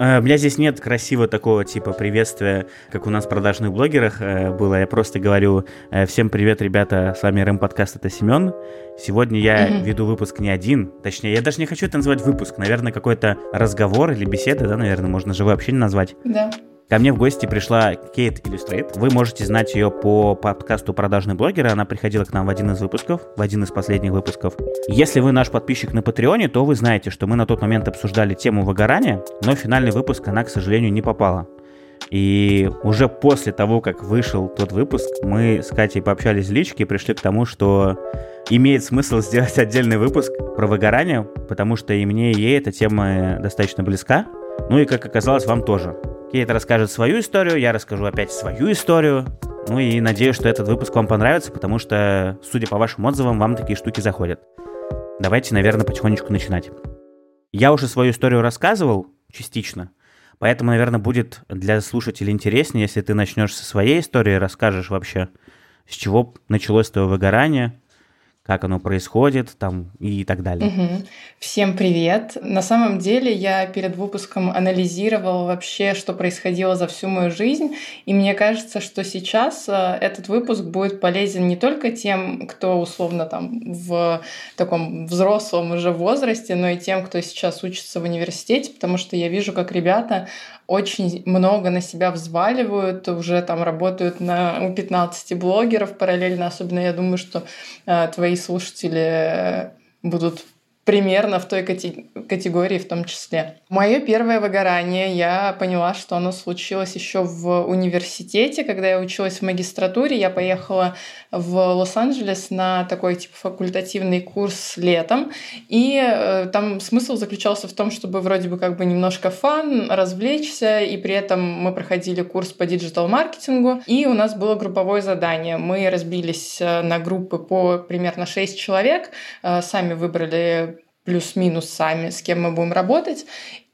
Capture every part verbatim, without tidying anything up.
Э, У меня здесь нет красивого такого типа приветствия, как у нас в продажных блогерах э, было. Я просто говорю: э, всем привет, ребята, с вами РМ-подкаст, это Семен. Сегодня я Мгм. веду выпуск не один, точнее, я даже не хочу это называть выпуск, наверное, какой-то разговор или беседа, да, наверное, можно живое общение назвать. Да. Ко мне в гости пришла Кейт Иллюстрейт. Вы можете знать ее по подкасту «Продажные блогеры». Она приходила к нам в один из выпусков, в один из последних выпусков. Если вы наш подписчик на Патреоне, то вы знаете, что мы на тот момент обсуждали тему выгорания, но в финальный выпуск она, к сожалению, не попала. И уже после того, как вышел тот выпуск, мы с Катей пообщались в личке и пришли к тому, что имеет смысл сделать отдельный выпуск про выгорание, потому что и мне, и ей эта тема достаточно близка. Ну и, как оказалось, вам тоже. Кейт расскажет свою историю, я расскажу опять свою историю. Ну и надеюсь, что этот выпуск вам понравится, потому что, судя по вашим отзывам, вам такие штуки заходят. Давайте, наверное, потихонечку начинать. Я уже свою историю рассказывал частично, поэтому, наверное, будет для слушателей интереснее, если ты начнешь со своей истории, расскажешь вообще, с чего началось твое выгорание, как оно происходит там и так далее. Мгм. Всем привет. На самом деле я перед выпуском анализировала вообще, что происходило за всю мою жизнь, и мне кажется, что сейчас э, этот выпуск будет полезен не только тем, кто условно там в таком взрослом уже возрасте, но и тем, кто сейчас учится в университете, потому что я вижу, как ребята очень много на себя взваливают, уже там работают на, у пятнадцати блогеров параллельно, особенно я думаю, что э, твои слушатели э, будут примерно в той кати- категории в том числе. Мое первое выгорание, я поняла, что оно случилось еще в университете, когда я училась в магистратуре. Я поехала в Лос-Анджелес на такой типа факультативный курс летом, и э, там смысл заключался в том, чтобы вроде бы как бы немножко фан, развлечься, и при этом мы проходили курс по диджитал-маркетингу, и у нас было групповое задание. Мы разбились э, на группы по примерно шесть человек, э, сами выбрали плюс-минус сами, с кем мы будем работать.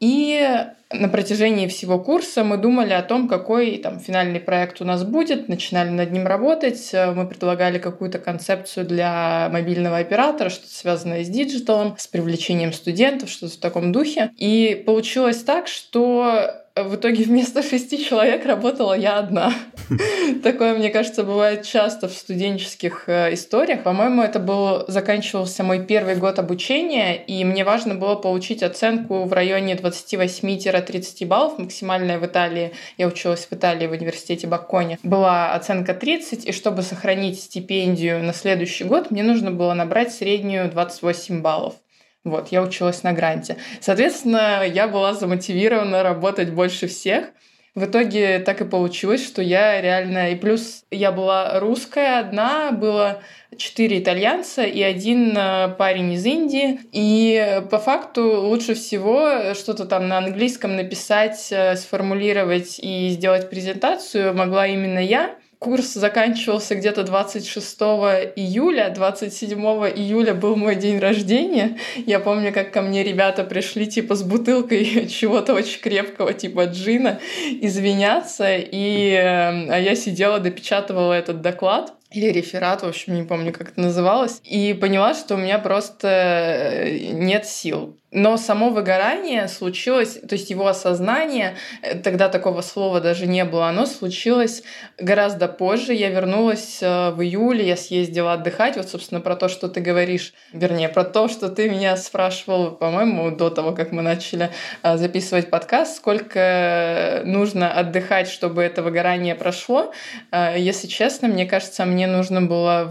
И на протяжении всего курса мы думали о том, какой там финальный проект у нас будет, начинали над ним работать. Мы предлагали какую-то концепцию для мобильного оператора, что-то связанное с диджиталом, с привлечением студентов, что-то в таком духе. И получилось так, что в итоге вместо шести человек работала я одна. Такое, мне кажется, бывает часто в студенческих историях. По-моему, это был заканчивался мой первый год обучения, и мне важно было получить оценку в районе двадцать восемь-тридцать баллов. Максимальная в Италии, я училась в Италии в университете Баккони, была оценка тридцать, и чтобы сохранить стипендию на следующий год, мне нужно было набрать среднюю двадцать восемь баллов. Вот, я училась на гранте. Соответственно, я была замотивирована работать больше всех. В итоге так и получилось, что я реально... И плюс я была русская одна, было четыре итальянца и один парень из Индии. И по факту лучше всего что-то там на английском написать, сформулировать и сделать презентацию могла именно я. Курс заканчивался где-то двадцать шестого июля, двадцать седьмого июля был мой день рождения. Я помню, как ко мне ребята пришли типа с бутылкой чего-то очень крепкого, типа джина, извиняться, и а я сидела, допечатывала этот доклад. Или реферат, в общем, не помню, как это называлось, и поняла, что у меня просто нет сил. Но само выгорание случилось, то есть его осознание, тогда такого слова даже не было, оно случилось гораздо позже. Я вернулась в июле, я съездила отдыхать. Вот, собственно, про то, что ты говоришь, вернее, про то, что ты меня спрашивал, по-моему, до того, как мы начали записывать подкаст, сколько нужно отдыхать, чтобы это выгорание прошло. Если честно, мне кажется, мне нужно было в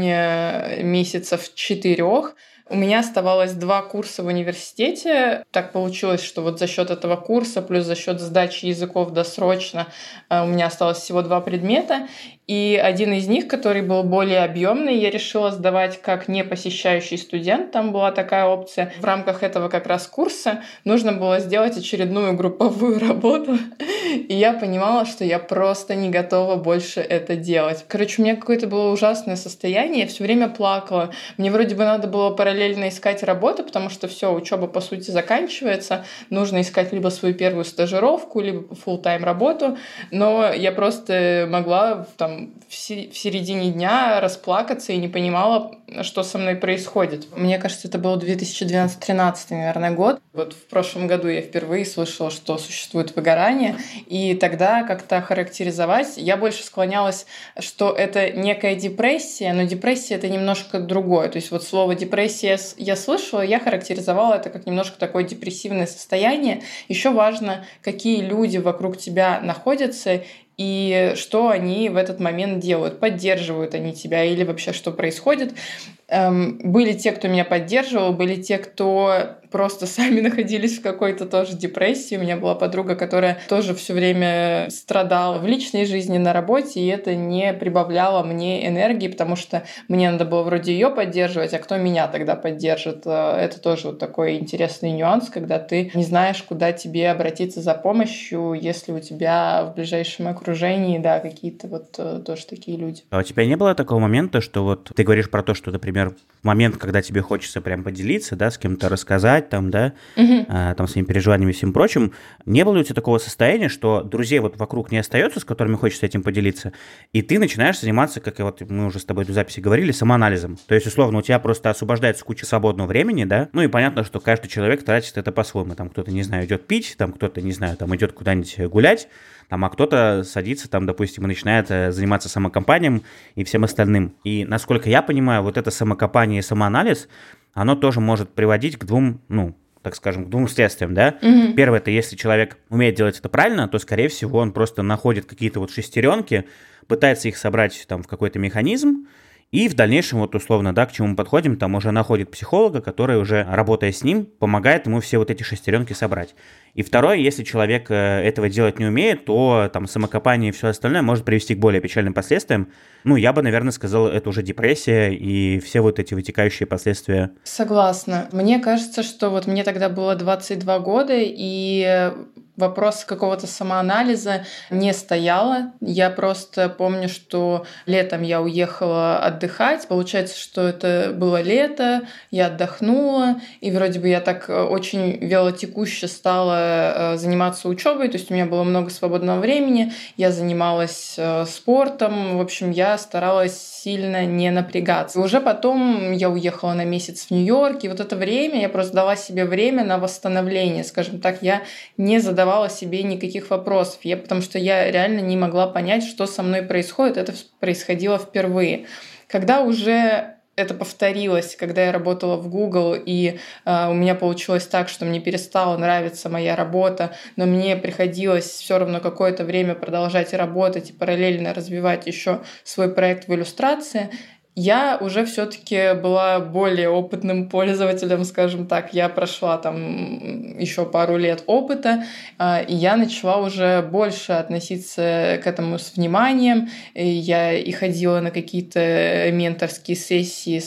районе месяцев четырех. У меня оставалось два курса в университете. Так получилось, что вот за счет этого курса плюс за счет сдачи языков досрочно у меня осталось всего два предмета. И один из них, который был более объемный, я решила сдавать как не посещающий студент. Там была такая опция. В рамках этого как раз курса нужно было сделать очередную групповую работу. И я понимала, что я просто не готова больше это делать. Короче, у меня какое-то было ужасное состояние. Я все время плакала. Мне вроде бы надо было параллельно искать работу, потому что все, учеба по сути заканчивается. Нужно искать либо свою первую стажировку, либо фулл-тайм работу. Но я просто могла там там в середине дня расплакаться и не понимала, что со мной происходит. Мне кажется, это был две тысячи двенадцатый-тринадцатый, наверное, год. Вот в прошлом году я впервые слышала, что существует выгорание, и тогда как-то характеризовать я больше склонялась, что это некая депрессия, но депрессия — это немножко другое. То есть вот слово депрессия я слышала, я характеризовала это как немножко такое депрессивное состояние. Еще важно, какие люди вокруг тебя находятся и что они в этот момент делают. Поддерживают они тебя или вообще что происходит. Были те, кто меня поддерживал, были те, кто просто сами находились в какой-то тоже депрессии. У меня была подруга, которая тоже все время страдала в личной жизни, на работе, и это не прибавляло мне энергии, потому что мне надо было вроде ее поддерживать, а кто меня тогда поддержит? Это тоже вот такой интересный нюанс, когда ты не знаешь, куда тебе обратиться за помощью, если у тебя в ближайшем окружении, да, какие-то вот тоже такие люди. А у тебя не было такого момента, что вот ты говоришь про то, что, например, в момент, когда тебе хочется прям поделиться, да, с кем-то рассказать, там, да, угу. а, там, своими переживаниями и всем прочим, не было ли у тебя такого состояния, что друзей вот вокруг не остается, с которыми хочется этим поделиться, и ты начинаешь заниматься, как и вот мы уже с тобой до записи говорили, самоанализом. То есть, условно, у тебя просто освобождается куча свободного времени, да, ну и понятно, что каждый человек тратит это по-своему. Там кто-то, не знаю, идет пить, там кто-то, не знаю, там идет куда-нибудь гулять, там, а кто-то садится там, допустим, и начинает заниматься самокопанием и всем остальным. И, насколько я понимаю, вот это самокопание и самоанализ, оно тоже может приводить к двум, ну, так скажем, к двум следствиям, да. Mm-hmm. Первое, это если человек умеет делать это правильно, то, скорее всего, он просто находит какие-то вот шестеренки, пытается их собрать там в какой-то механизм, и в дальнейшем, вот условно, да, к чему мы подходим, там уже находит психолога, который уже, работая с ним, помогает ему все вот эти шестеренки собрать. И второе, если человек этого делать не умеет, то там самокопание и все остальное может привести к более печальным последствиям. Ну, я бы, наверное, сказал, это уже депрессия и все вот эти вытекающие последствия. Согласна. Мне кажется, что вот мне тогда было двадцать два года, и вопрос какого-то самоанализа не стояло. Я просто помню, что летом я уехала отдыхать. Получается, что это было лето, я отдохнула, и вроде бы я так очень вялотекуще стала заниматься учебой, то есть у меня было много свободного времени, я занималась спортом, в общем, я старалась сильно не напрягаться. И уже потом я уехала на месяц в Нью-Йорк, и вот это время, я просто дала себе время на восстановление, скажем так, я не задавала себе никаких вопросов, я, потому что я реально не могла понять, что со мной происходит. Это происходило впервые. Когда уже это повторилось, когда я работала в Google, и э, у меня получилось так, что мне перестала нравиться моя работа, но мне приходилось все равно какое-то время продолжать работать и параллельно развивать еще свой проект в иллюстрации, я уже все-таки была более опытным пользователем, скажем так. Я прошла там еще пару лет опыта, и я начала уже больше относиться к этому с вниманием. Я и ходила на какие-то менторские сессии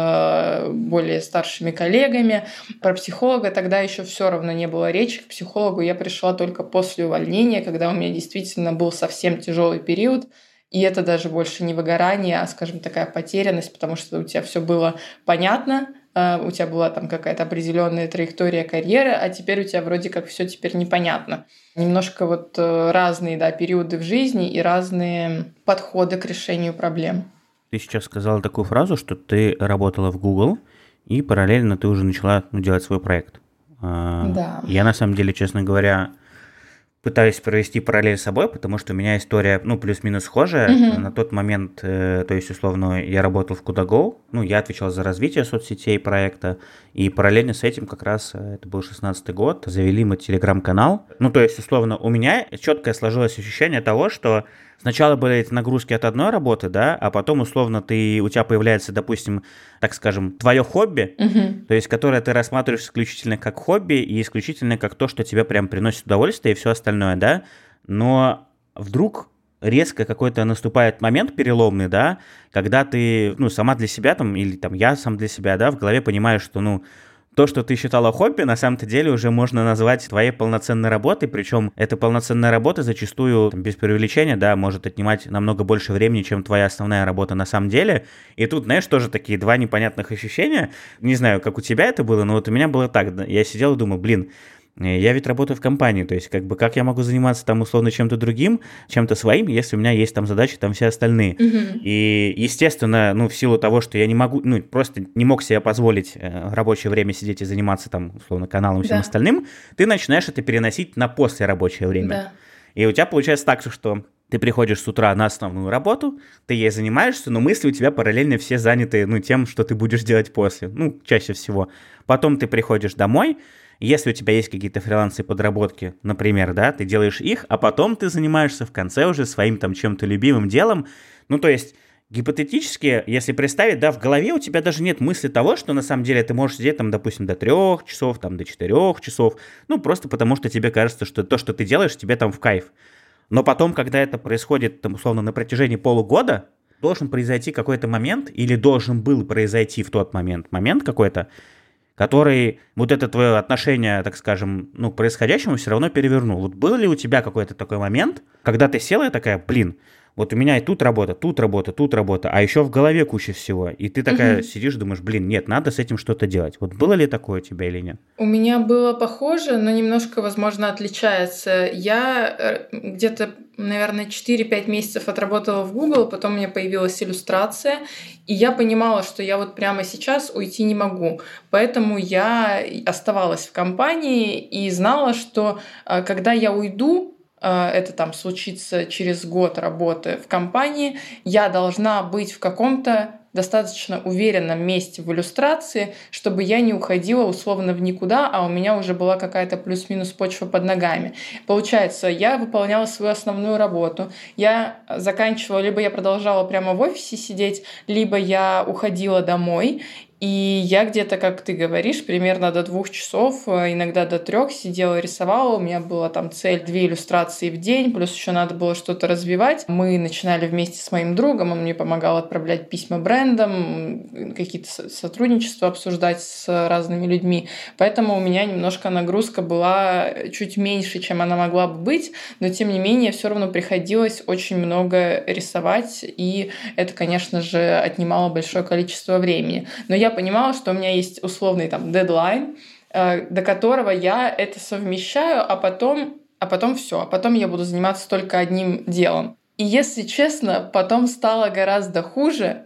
с более старшими коллегами. Про психолога тогда еще все равно не было речи. К психологу я пришла только после увольнения, когда у меня действительно был совсем тяжелый период. И это даже больше не выгорание, а, скажем, такая потерянность, потому что у тебя все было понятно, у тебя была там какая-то определенная траектория карьеры, а теперь у тебя вроде как все теперь непонятно. Немножко вот разные, да, периоды в жизни и разные подходы к решению проблем. Ты сейчас сказала такую фразу, что ты работала в Google, и параллельно ты уже начала, ну, делать свой проект. Да. Я, на самом деле, честно говоря, пытаюсь провести параллель с собой, потому что у меня история, ну, плюс-минус схожая. Mm-hmm. На тот момент, э, то есть, условно, я работал в Кудаго, ну, я отвечал за развитие соцсетей проекта, и параллельно с этим как раз, это был шестнадцатый год, завели мы телеграм-канал. Ну, то есть, условно, у меня четкое сложилось ощущение того, что сначала были эти нагрузки от одной работы, да, а потом, условно, ты, у тебя появляется, допустим, так скажем, твое хобби, uh-huh. то есть, которое ты рассматриваешь исключительно как хобби и исключительно как то, что тебе прям приносит удовольствие и все остальное, да, но вдруг резко какой-то наступает момент переломный, да, когда ты, ну, сама для себя там, или там я сам для себя, да, в голове понимаешь, что, ну, то, что ты считала хобби, на самом-то деле уже можно назвать твоей полноценной работой, причем эта полноценная работа зачастую, там, без преувеличения, да, может отнимать намного больше времени, чем твоя основная работа на самом деле. И тут, знаешь, тоже такие два непонятных ощущения. Не знаю, как у тебя это было, но вот у меня было так. Я сидел и думал, блин, Я ведь работаю в компании, то есть как бы как я могу заниматься там условно чем-то другим, чем-то своим, если у меня есть там задачи, там все остальные. Мгм. И, естественно, ну, в силу того, что я не могу, ну, просто не мог себе позволить э, в рабочее время сидеть и заниматься там, условно, каналом и всем Да. остальным, ты начинаешь это переносить на послерабочее время. Да. И у тебя получается так, что ты приходишь с утра на основную работу, ты ей занимаешься, но мысли у тебя параллельно все заняты, ну, тем, что ты будешь делать после, ну, чаще всего. Потом ты приходишь домой, если у тебя есть какие-то фрилансы и подработки, например, да, ты делаешь их, а потом ты занимаешься в конце уже своим там чем-то любимым делом. Ну, то есть, гипотетически, если представить, да, в голове у тебя даже нет мысли того, что на самом деле ты можешь сидеть там, допустим, до трех часов, там, до четырех часов, ну, просто потому что тебе кажется, что то, что ты делаешь, тебе там в кайф. Но потом, когда это происходит, там, условно, на протяжении полугода, должен произойти какой-то момент, или должен был произойти в тот момент, момент какой-то, который вот это твое отношение, так скажем, ну, к происходящему все равно перевернул. Вот был ли у тебя какой-то такой момент, когда ты села и такая, блин, вот у меня и тут работа, тут работа, тут работа, а еще в голове куча всего. И ты такая Мгм. сидишь, думаешь, блин, нет, надо с этим что-то делать. Вот было ли такое у тебя или нет? У меня было похоже, но немножко, возможно, отличается. Я э, где-то, наверное, четыре-пять месяцев отработала в Google, потом у меня появилась иллюстрация, и я понимала, что я вот прямо сейчас уйти не могу. Поэтому я оставалась в компании и знала, что э, когда я уйду, э, это там случится через год работы в компании, я должна быть в каком-то достаточно уверенном месте в иллюстрации, чтобы я не уходила условно в никуда, а у меня уже была какая-то плюс-минус почва под ногами. Получается, я выполняла свою основную работу, я заканчивала, либо я продолжала прямо в офисе сидеть, либо я уходила домой, и я где-то, как ты говоришь, примерно до двух часов, иногда до трех сидела, рисовала. У меня была там цель две иллюстрации в день, плюс еще надо было что-то развивать. Мы начинали вместе с моим другом, он мне помогал отправлять письма брендам, какие-то сотрудничества обсуждать с разными людьми. Поэтому у меня немножко нагрузка была чуть меньше, чем она могла бы быть, но тем не менее все равно приходилось очень много рисовать, и это, конечно же, отнимало большое количество времени. Но я понимала, что у меня есть условный там дедлайн, э, до которого я это совмещаю, а потом, а потом все, а потом я буду заниматься только одним делом. И если честно, потом стало гораздо хуже,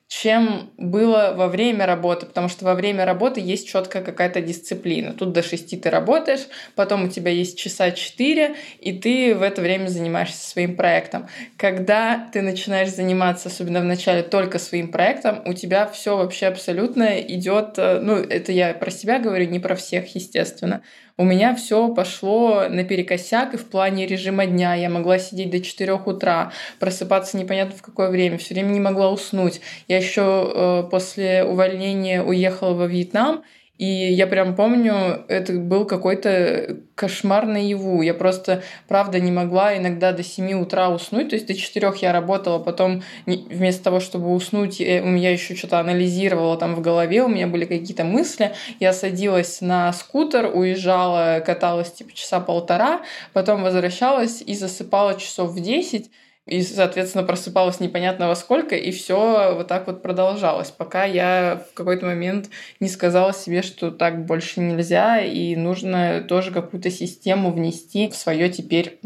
чем было во время работы, потому что во время работы есть четкая какая-то дисциплина. Тут до шести ты работаешь, потом у тебя есть часа четыре, и ты в это время занимаешься своим проектом. Когда ты начинаешь заниматься, особенно в начале, только своим проектом, у тебя все вообще абсолютно идет, ну, это я про себя говорю, не про всех, естественно. У меня все пошло наперекосяк и в плане режима дня. Я могла сидеть до четырёх утра, просыпаться непонятно в какое время, все время не могла уснуть. Я еще э, после увольнения уехала во Вьетнам, и я прям помню, это был какой-то кошмар наяву. Я просто, правда, не могла иногда до семи утра уснуть. То есть до четырёх я работала, потом вместо того, чтобы уснуть, у меня еще что-то анализировало там в голове, у меня были какие-то мысли. Я садилась на скутер, уезжала, каталась типа часа полтора, потом возвращалась и засыпала часов в десять. И, соответственно, просыпалась непонятно во сколько, и все вот так вот продолжалось, пока я в какой-то момент не сказала себе, что так больше нельзя, и нужно тоже какую-то систему внести в свое теперь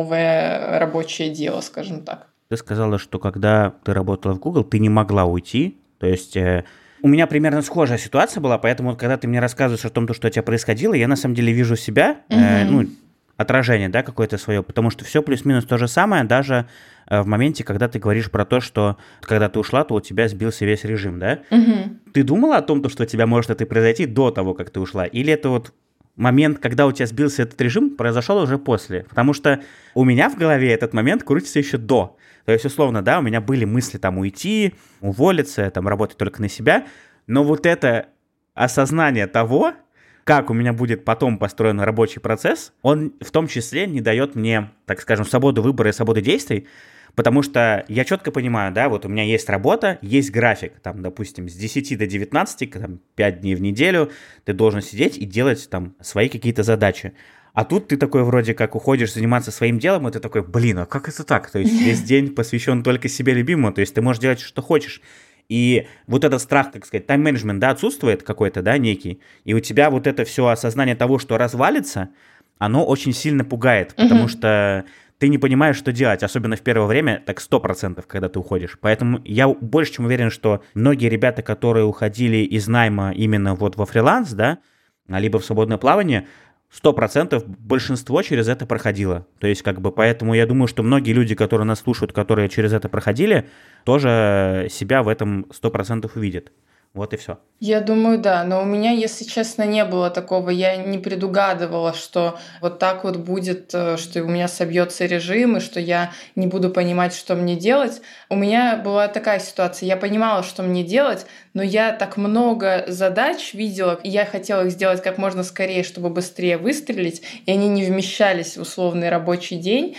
новое рабочее дело, скажем так. Ты сказала, что когда ты работала в Google, ты не могла уйти, то есть... Э... У меня примерно схожая ситуация была, поэтому, когда ты мне рассказываешь о том, что у тебя происходило, я на самом деле вижу себя, э, mm-hmm. ну, отражение, да, какое-то свое, потому что все плюс-минус то же самое, даже э, в моменте, когда ты говоришь про то, что когда ты ушла, то у тебя сбился весь режим, да? Mm-hmm. Ты думала о том, что у тебя может это произойти до того, как ты ушла? Или это вот момент, когда у тебя сбился этот режим, произошел уже после? Потому что у меня в голове этот момент крутится еще до. То есть, условно, да, у меня были мысли там уйти, уволиться, там работать только на себя, но вот это осознание того, как у меня будет потом построен рабочий процесс, он в том числе не дает мне, так скажем, свободу выбора и свободу действий, потому что я четко понимаю, да, вот у меня есть работа, есть график, там, допустим, с десяти до девятнадцати, там, пять дней в неделю ты должен сидеть и делать там свои какие-то задачи. А тут ты такой вроде как уходишь заниматься своим делом, и ты такой, блин, а как это так? То есть весь день посвящен только себе любимому, то есть ты можешь делать, что хочешь. И вот этот страх, как сказать, тайм-менеджмент, да, отсутствует какой-то, да, некий, и у тебя вот это все осознание того, что развалится, оно очень сильно пугает, потому mm-hmm. что ты не понимаешь, что делать, особенно в первое время, так сто процентов, когда ты уходишь. Поэтому я больше чем уверен, что многие ребята, которые уходили из найма именно вот во фриланс, да, либо в свободное плавание, сто процентов большинство через это проходило. То есть, как бы, поэтому я думаю, что многие люди, которые нас слушают, которые через это проходили, тоже себя в этом сто процентов увидят. Вот и все. Я думаю, да. Но у меня, если честно, не было такого. Я не предугадывала, что вот так вот будет, что у меня собьется режим, и что я не буду понимать, что мне делать. У меня была такая ситуация. Я понимала, что мне делать, но я так много задач видела, и я хотела их сделать как можно скорее, чтобы быстрее выстрелить, и они не вмещались в условный рабочий день.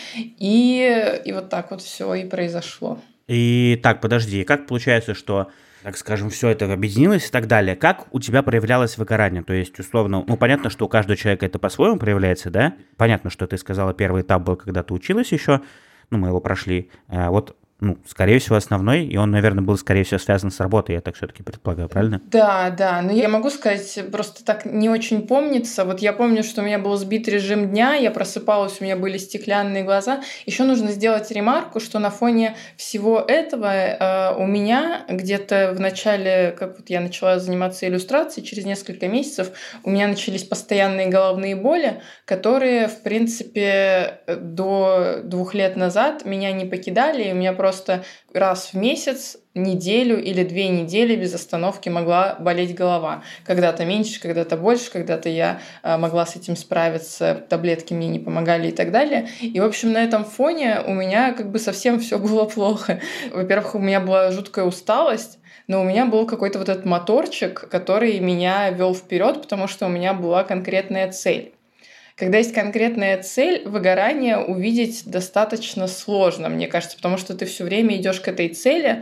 И, и вот так вот все и произошло. И так, подожди, как получается, что, так скажем, все это объединилось и так далее? Как у тебя проявлялось выгорание? То есть, условно, ну, понятно, что у каждого человека это по-своему проявляется, да? Понятно, что ты сказала, первый этап был, когда ты училась еще, ну, мы его прошли. А вот, ну, скорее всего, основной, и он, наверное, был, скорее всего, связан с работой, я так все-таки предполагаю, правильно? Да, да, но я могу сказать, просто так не очень помнится. Вот я помню, что у меня был сбит режим дня, я просыпалась, у меня были стеклянные глаза. Еще нужно сделать ремарку, что на фоне всего этого э, у меня где-то в начале, как вот я начала заниматься иллюстрацией, через несколько месяцев у меня начались постоянные головные боли, которые, в принципе, до двух лет назад меня не покидали, и у меня просто Просто раз в месяц, неделю или две недели без остановки могла болеть голова. Когда-то меньше, когда-то больше, когда-то я могла с этим справиться, таблетки мне не помогали и так далее. И, в общем, на этом фоне у меня как бы совсем все было плохо. Во-первых, у меня была жуткая усталость, но у меня был какой-то вот этот моторчик, который меня вел вперед, потому что у меня была конкретная цель. Когда есть конкретная цель, выгорание увидеть достаточно сложно, мне кажется, потому что ты все время идешь к этой цели,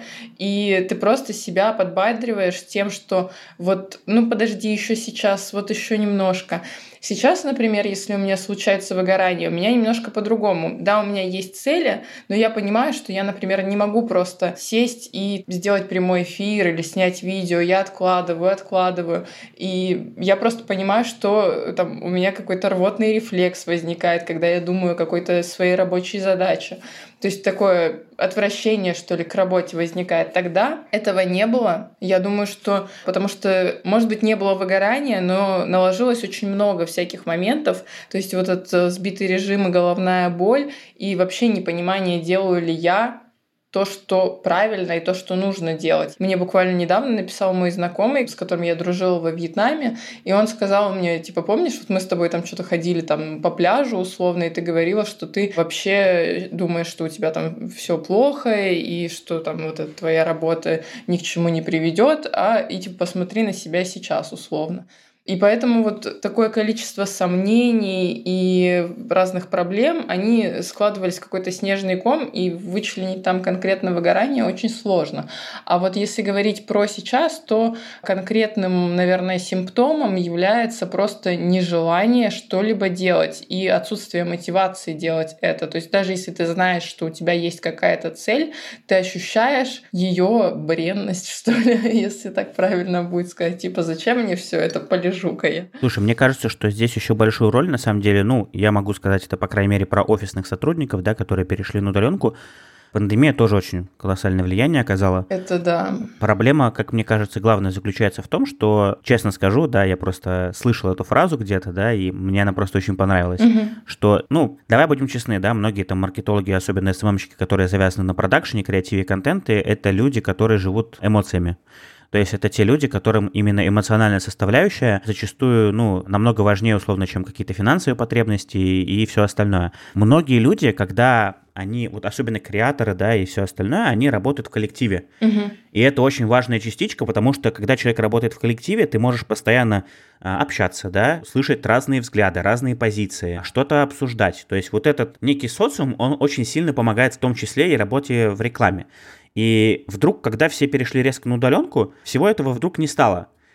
и ты просто себя подбадриваешь тем, что вот, ну подожди, еще сейчас, вот еще немножко. Сейчас, например, если у меня случается выгорание, у меня немножко по-другому. Да, у меня есть цели, но я понимаю, что я, например, не могу просто сесть и сделать прямой эфир или снять видео. Я откладываю, откладываю. И я просто понимаю, что там у меня какой-то рвотный рефлекс возникает, когда я думаю о какой-то своей рабочей задаче. То есть такое отвращение, что ли, к работе возникает. Тогда этого не было. Я думаю, что... Потому что, может быть, не было выгорания, но наложилось очень много всяких моментов. То есть вот этот сбитый режим и головная боль, и вообще непонимание, делаю ли я то, что правильно и то, что нужно делать. Мне буквально недавно написал мой знакомый, с которым я дружила во Вьетнаме, и он сказал мне, типа, помнишь, вот мы с тобой там что-то ходили там по пляжу условно, и ты говорила, что ты вообще думаешь, что у тебя там все плохо, и что там вот эта твоя работа ни к чему не приведет, а и типа посмотри на себя сейчас условно. И поэтому вот такое количество сомнений и разных проблем, они складывались в какой-то снежный ком, и вычленить там конкретно выгорание очень сложно. А вот если говорить про сейчас, то конкретным, наверное, симптомом является просто нежелание что-либо делать и отсутствие мотивации делать это. То есть даже если ты знаешь, что у тебя есть какая-то цель, ты ощущаешь ее бренность, что ли, если так правильно будет сказать. Типа, зачем мне все это, полежать? Жукая. Слушай, мне кажется, что здесь еще большую роль, на самом деле, ну, я могу сказать это, по крайней мере, про офисных сотрудников, да, которые перешли на удаленку. Пандемия тоже очень колоссальное влияние оказала. Это да. Проблема, как мне кажется, главная заключается в том, что, честно скажу, да, я просто слышал эту фразу где-то, да, и мне она просто очень понравилась, угу. что, ну, давай будем честны, да, многие там маркетологи, особенно эс эм эм-щики, которые завязаны на продакшене, креативе, контенте, это люди, которые живут эмоциями. То есть это те люди, которым именно эмоциональная составляющая зачастую, ну, намного важнее, условно, чем какие-то финансовые потребности и, и все остальное. Многие люди, когда они, вот особенно креаторы, да, и все остальное, они работают в коллективе. Угу. И это очень важная частичка, потому что, когда человек работает в коллективе, ты можешь постоянно а, общаться, да, слышать разные взгляды, разные позиции, что-то обсуждать. То есть вот этот некий социум, он очень сильно помогает в том числе и работе в рекламе. И вдруг, когда все перешли резко на удаленку, всего этого вдруг не стало.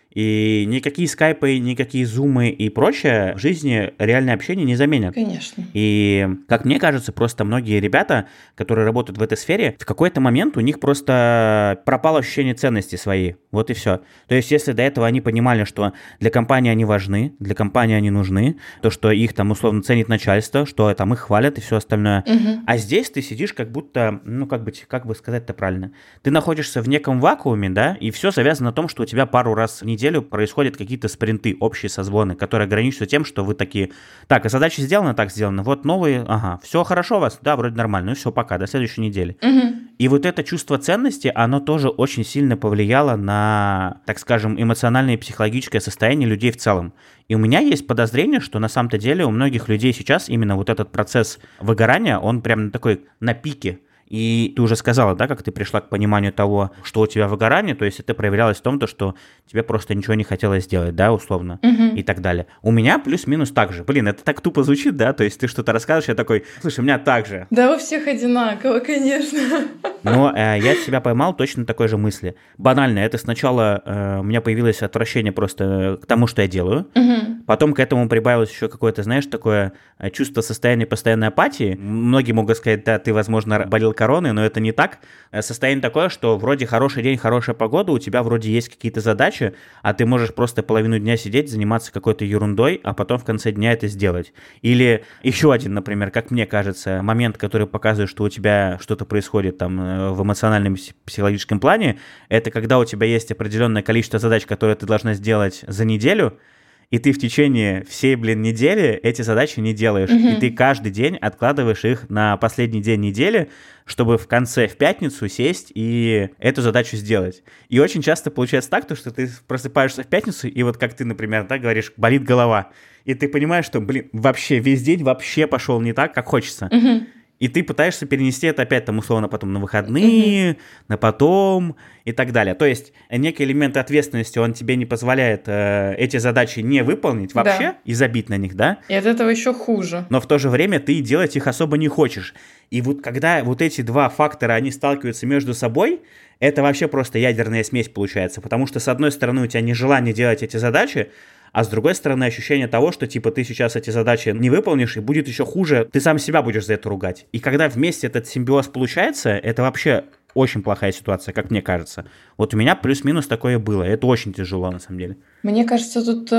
И никакие скайпы, никакие зумы и прочее в жизни реальное общение не заменят. Конечно. И, как мне кажется, просто многие ребята, которые работают в этой сфере, в какой-то момент у них просто пропало ощущение ценности своей. Вот и все. То есть, если до этого они понимали, что для компании они важны, для компании они нужны, то, что их там условно ценит начальство, что там их хвалят и все остальное. Угу. А здесь ты сидишь как будто, ну, как бы, как бы сказать-то правильно, ты находишься в неком вакууме, да, и все завязано на том, что у тебя пару раз в неделю происходят какие-то спринты, общие созвоны, которые ограничиваются тем, что вы такие, так, а задача сделана, так сделана, вот новые, ага, все хорошо у вас, да, вроде нормально, ну все, пока, до следующей недели. Угу. И вот это чувство ценности, оно тоже очень сильно повлияло на, так скажем, эмоциональное и психологическое состояние людей в целом. И у меня есть подозрение, что на самом-то деле у многих людей сейчас именно вот этот процесс выгорания, он прям на такой, на пике. И ты уже сказала, да, как ты пришла к пониманию того, что у тебя выгорание, то есть это проявлялось в том, то, что тебе просто ничего не хотелось сделать, да, условно, Угу. и так далее. У меня плюс-минус так же. Блин, это так тупо звучит, да, то есть ты что-то рассказываешь, я такой, слушай, у меня так же. Да, у всех одинаково, конечно. Но э, я себя поймал точно такой же мысли. Банально, это сначала э, у меня появилось отвращение просто к тому, что я делаю, Угу. потом к этому прибавилось еще какое-то, знаешь, такое чувство состояния постоянной апатии. Многие могут сказать, да, ты, возможно, болел короной, но это не так. Состояние такое, что вроде хороший день, хорошая погода, у тебя вроде есть какие-то задачи, а ты можешь просто половину дня сидеть, заниматься какой-то ерундой, а потом в конце дня это сделать. Или еще один, например, как мне кажется, момент, который показывает, что у тебя что-то происходит там в эмоциональном, психологическом плане, это когда у тебя есть определенное количество задач, которые ты должна сделать за неделю, и ты в течение всей, блин, недели эти задачи не делаешь. Мгм. И ты каждый день откладываешь их на последний день недели, чтобы в конце, в пятницу сесть и эту задачу сделать. И очень часто получается так, то, что ты просыпаешься в пятницу, и вот как ты, например, да, говоришь, болит голова. И ты понимаешь, что, блин, вообще весь день вообще пошел не так, как хочется. Мгм. И ты пытаешься перенести это опять, там, условно, потом на выходные, на потом и так далее. То есть некий элемент ответственности, он тебе не позволяет э, эти задачи не выполнить вообще Да. и забить на них, да? И от этого еще хуже. Но в то же время ты делать их особо не хочешь. И вот когда вот эти два фактора, они сталкиваются между собой, это вообще просто ядерная смесь получается. Потому что, с одной стороны, у тебя нежелание делать эти задачи, а с другой стороны, ощущение того, что, типа, ты сейчас эти задачи не выполнишь, и будет еще хуже, ты сам себя будешь за это ругать. И когда вместе этот симбиоз получается, это вообще очень плохая ситуация, как мне кажется. Вот у меня плюс-минус такое было. Это очень тяжело, на самом деле. Мне кажется, тут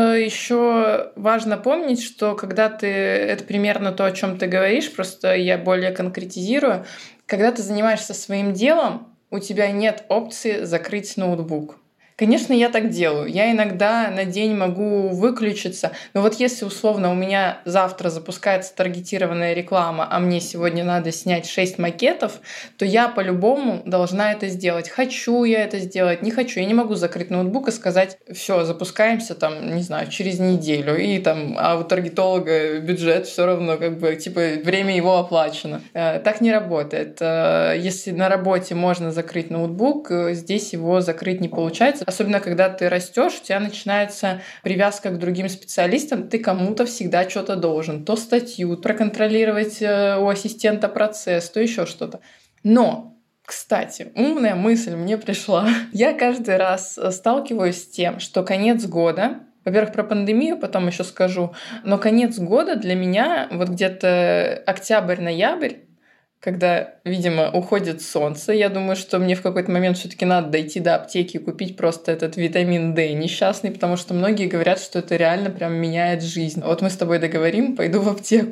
еще важно помнить, что когда ты... Это примерно то, о чем ты говоришь, просто я более конкретизирую. Когда ты занимаешься своим делом, у тебя нет опции закрыть ноутбук. Конечно, я так делаю. Я иногда на день могу выключиться. Но вот если условно у меня завтра запускается таргетированная реклама, а мне сегодня надо снять шесть макетов, то я по-любому должна это сделать. Хочу я это сделать, не хочу. Я не могу закрыть ноутбук и сказать, все, запускаемся там, не знаю, через неделю. И там, а у таргетолога бюджет все равно, как бы, типа, время его оплачено. Так не работает. Если на работе можно закрыть ноутбук, здесь его закрыть не получается. Особенно, когда ты растешь, у тебя начинается привязка к другим специалистам, ты кому-то всегда что-то должен. То статью, проконтролировать у ассистента процесс, то еще что-то. Но, кстати, умная мысль мне пришла. Я каждый раз сталкиваюсь с тем, что конец года, во-первых, про пандемию потом еще скажу, но конец года для меня, вот где-то октябрь-ноябрь, когда, видимо, уходит солнце. Я думаю, что мне в какой-то момент все-таки надо дойти до аптеки и купить просто этот витамин D несчастный, потому что многие говорят, что это реально прям меняет жизнь. Вот мы с тобой договорим, пойду в аптеку.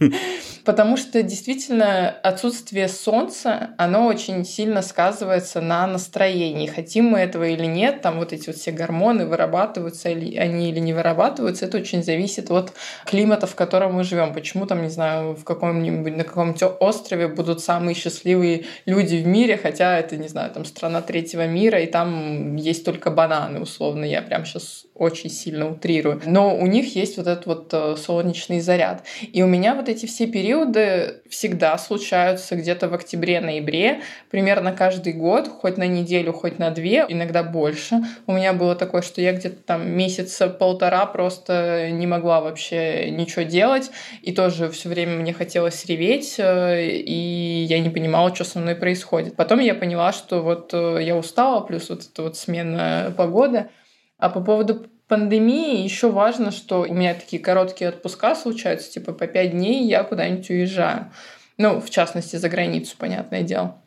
Потому что действительно отсутствие солнца, оно очень сильно сказывается на настроении. Хотим мы этого или нет, там вот эти вот все гормоны вырабатываются или они или не вырабатываются, это очень зависит от климата, в котором мы живем. Почему там, не знаю, в каком-нибудь, на каком-нибудь острове будут самые счастливые люди в мире, хотя это, не знаю, там страна третьего мира, и там есть только бананы, условно, я прям сейчас очень сильно утрирую. Но у них есть вот этот вот солнечный заряд. И у меня вот эти все периоды всегда случаются где-то в октябре-ноябре, примерно каждый год, хоть на неделю, хоть на две, иногда больше. У меня было такое, что я где-то там месяца полтора просто не могла вообще ничего делать, и тоже все время мне хотелось реветь, и я не понимала, что со мной происходит. Потом я поняла, что вот я устала, плюс вот эта вот смена погоды. А по поводу пандемии еще важно, что у меня такие короткие отпуска случаются, типа по пять дней я куда-нибудь уезжаю. Ну, в частности, за границу, понятное дело.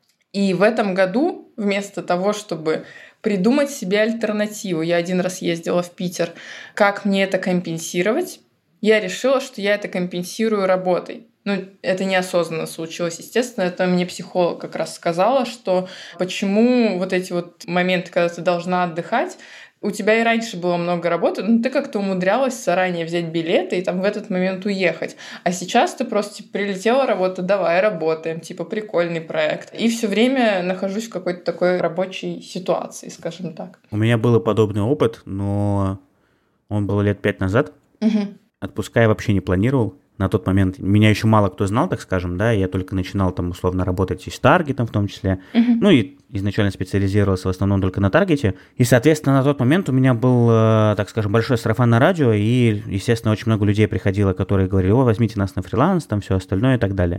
И в этом году вместо того, чтобы придумать себе альтернативу, я один раз ездила в Питер, как мне это компенсировать, я решила, что я это компенсирую работой. Ну, это неосознанно случилось, естественно. Это мне психолог как раз сказала, что почему вот эти вот моменты, когда ты должна отдыхать, у тебя и раньше было много работы, но ты как-то умудрялась заранее взять билеты и там в этот момент уехать. А сейчас ты просто типа, прилетела работа, давай работаем, типа прикольный проект. И все время нахожусь в какой-то такой рабочей ситуации, скажем так. У меня был подобный опыт, но он был лет пять назад. Угу. Отпуска я вообще не планировал. На тот момент меня еще мало кто знал, так скажем, да, я только начинал там условно работать и с таргетом в том числе, uh-huh. ну и изначально специализировался в основном только на таргете, и, соответственно, на тот момент у меня был, так скажем, большой сарафан на радио, и, естественно, очень много людей приходило, которые говорили, о, возьмите нас на фриланс, там все остальное и так далее.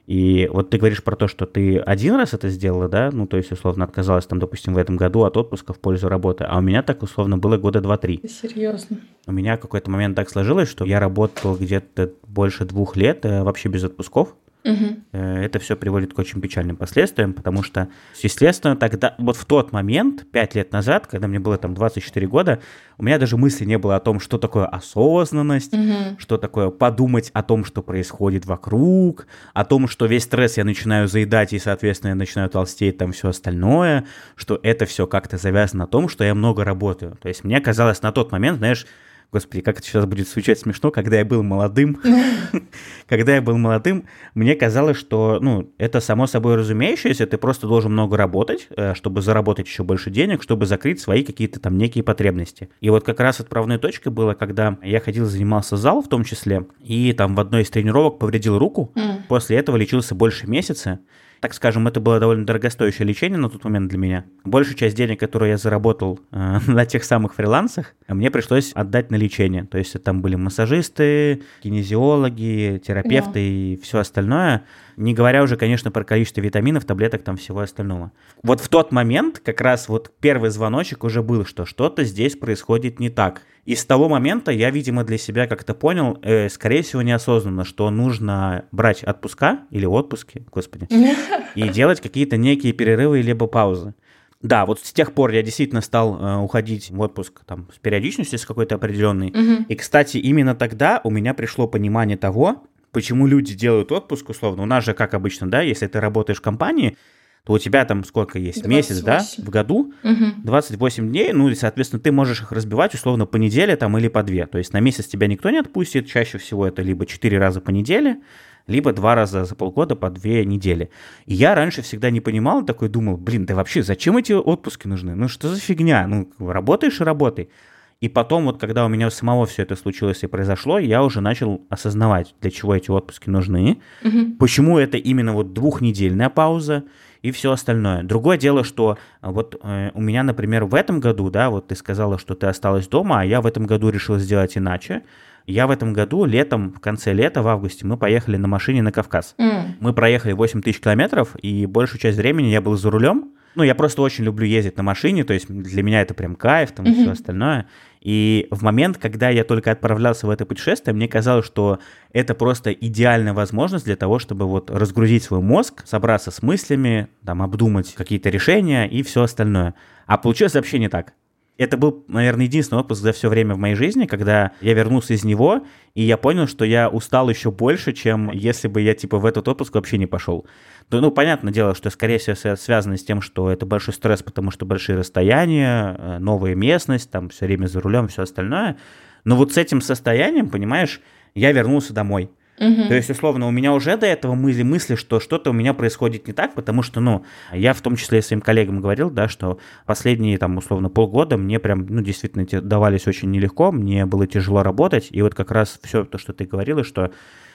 И вот ты говоришь про то, что ты один раз это сделала, да, ну, то есть, условно, отказалась, там, допустим, в этом году от отпуска в пользу работы, а у меня так, условно, было года два-три. Серьезно? У меня в какой-то момент так сложилось, что я работал где-то больше двух лет вообще без отпусков. Угу. Это все приводит к очень печальным последствиям, потому что, естественно, тогда, вот в тот момент, пять лет назад, когда мне было там двадцать четыре года, у меня даже мысли не было о том, что такое осознанность, угу. что такое подумать о том, что происходит вокруг, о том, что весь стресс я начинаю заедать, и, соответственно, я начинаю толстеть, там все остальное, что это все как-то завязано на том, что я много работаю. То есть мне казалось на тот момент, знаешь, Господи, как это сейчас будет звучать смешно, когда я был молодым. Когда я был молодым, мне казалось, что ну, это само собой разумеющееся, ты просто должен много работать, чтобы заработать еще больше денег, чтобы закрыть свои какие-то там некие потребности. И вот как раз отправной точкой было, когда я ходил, занимался зал в том числе, и там в одной из тренировок повредил руку. Mm. После этого лечился больше месяца. Так скажем, это было довольно дорогостоящее лечение на тот момент для меня. Большую часть денег, которые я заработал э, на тех самых фрилансах, мне пришлось отдать на лечение. То есть там были массажисты, кинезиологи, терапевты yeah. и все остальное. Не говоря уже, конечно, про количество витаминов, таблеток, там всего остального. Вот в тот момент как раз вот первый звоночек уже был, что что-то здесь происходит не так. И с того момента я, видимо, для себя как-то понял, э, скорее всего, неосознанно, что нужно брать отпуска или отпуски, господи, и делать какие-то некие перерывы либо паузы. Да, вот с тех пор я действительно стал э, уходить в отпуск там, с периодичностью с какой-то определенной. Mm-hmm. И, кстати, именно тогда у меня пришло понимание того, почему люди делают отпуск, условно. У нас же, как обычно, да, если ты работаешь в компании, то у тебя там сколько есть? Месяц, да, в году, угу. двадцать восемь дней, ну и, соответственно, ты можешь их разбивать условно по неделе там или по две. То есть на месяц тебя никто не отпустит, чаще всего это либо четыре раза по неделе, либо два раза за полгода по две недели. И я раньше всегда не понимал, такой думал, блин, да вообще зачем эти отпуски нужны? Ну что за фигня? Ну работаешь и работай. И потом, вот когда у меня самого все это случилось и произошло, я уже начал осознавать, для чего эти отпуски нужны, угу. почему это именно вот двухнедельная пауза и все остальное. Другое дело, что вот э, у меня, например, в этом году, да, вот ты сказала, что ты осталась дома, а я в этом году решил сделать иначе. Я в этом году летом, в конце лета, в августе, мы поехали на машине на Кавказ. Mm. Мы проехали восемь тысяч километров, и большую часть времени я был за рулем. Ну, я просто очень люблю ездить на машине, то есть для меня это прям кайф, там, и mm-hmm. все остальное. И в момент, когда я только отправлялся в это путешествие, мне казалось, что это просто идеальная возможность для того, чтобы вот разгрузить свой мозг, собраться с мыслями, там, обдумать какие-то решения и все остальное. А получилось вообще не так. Это был, наверное, единственный отпуск за все время в моей жизни, когда я вернулся из него, и я понял, что я устал еще больше, чем если бы я, типа, в этот отпуск вообще не пошел. Ну, понятное дело, что, скорее всего, связано с тем, что это большой стресс, потому что большие расстояния, новая местность, там, все время за рулем, все остальное. Но вот с этим состоянием, понимаешь, я вернулся домой. Угу. То есть, условно, у меня уже до этого мысли, мысли, что что-то у меня происходит не так, потому что, ну, я в том числе и своим коллегам говорил, да, что последние, там, условно, полгода мне прям, ну, действительно давались очень нелегко, мне было тяжело работать, и вот как раз все то, что ты говорила, что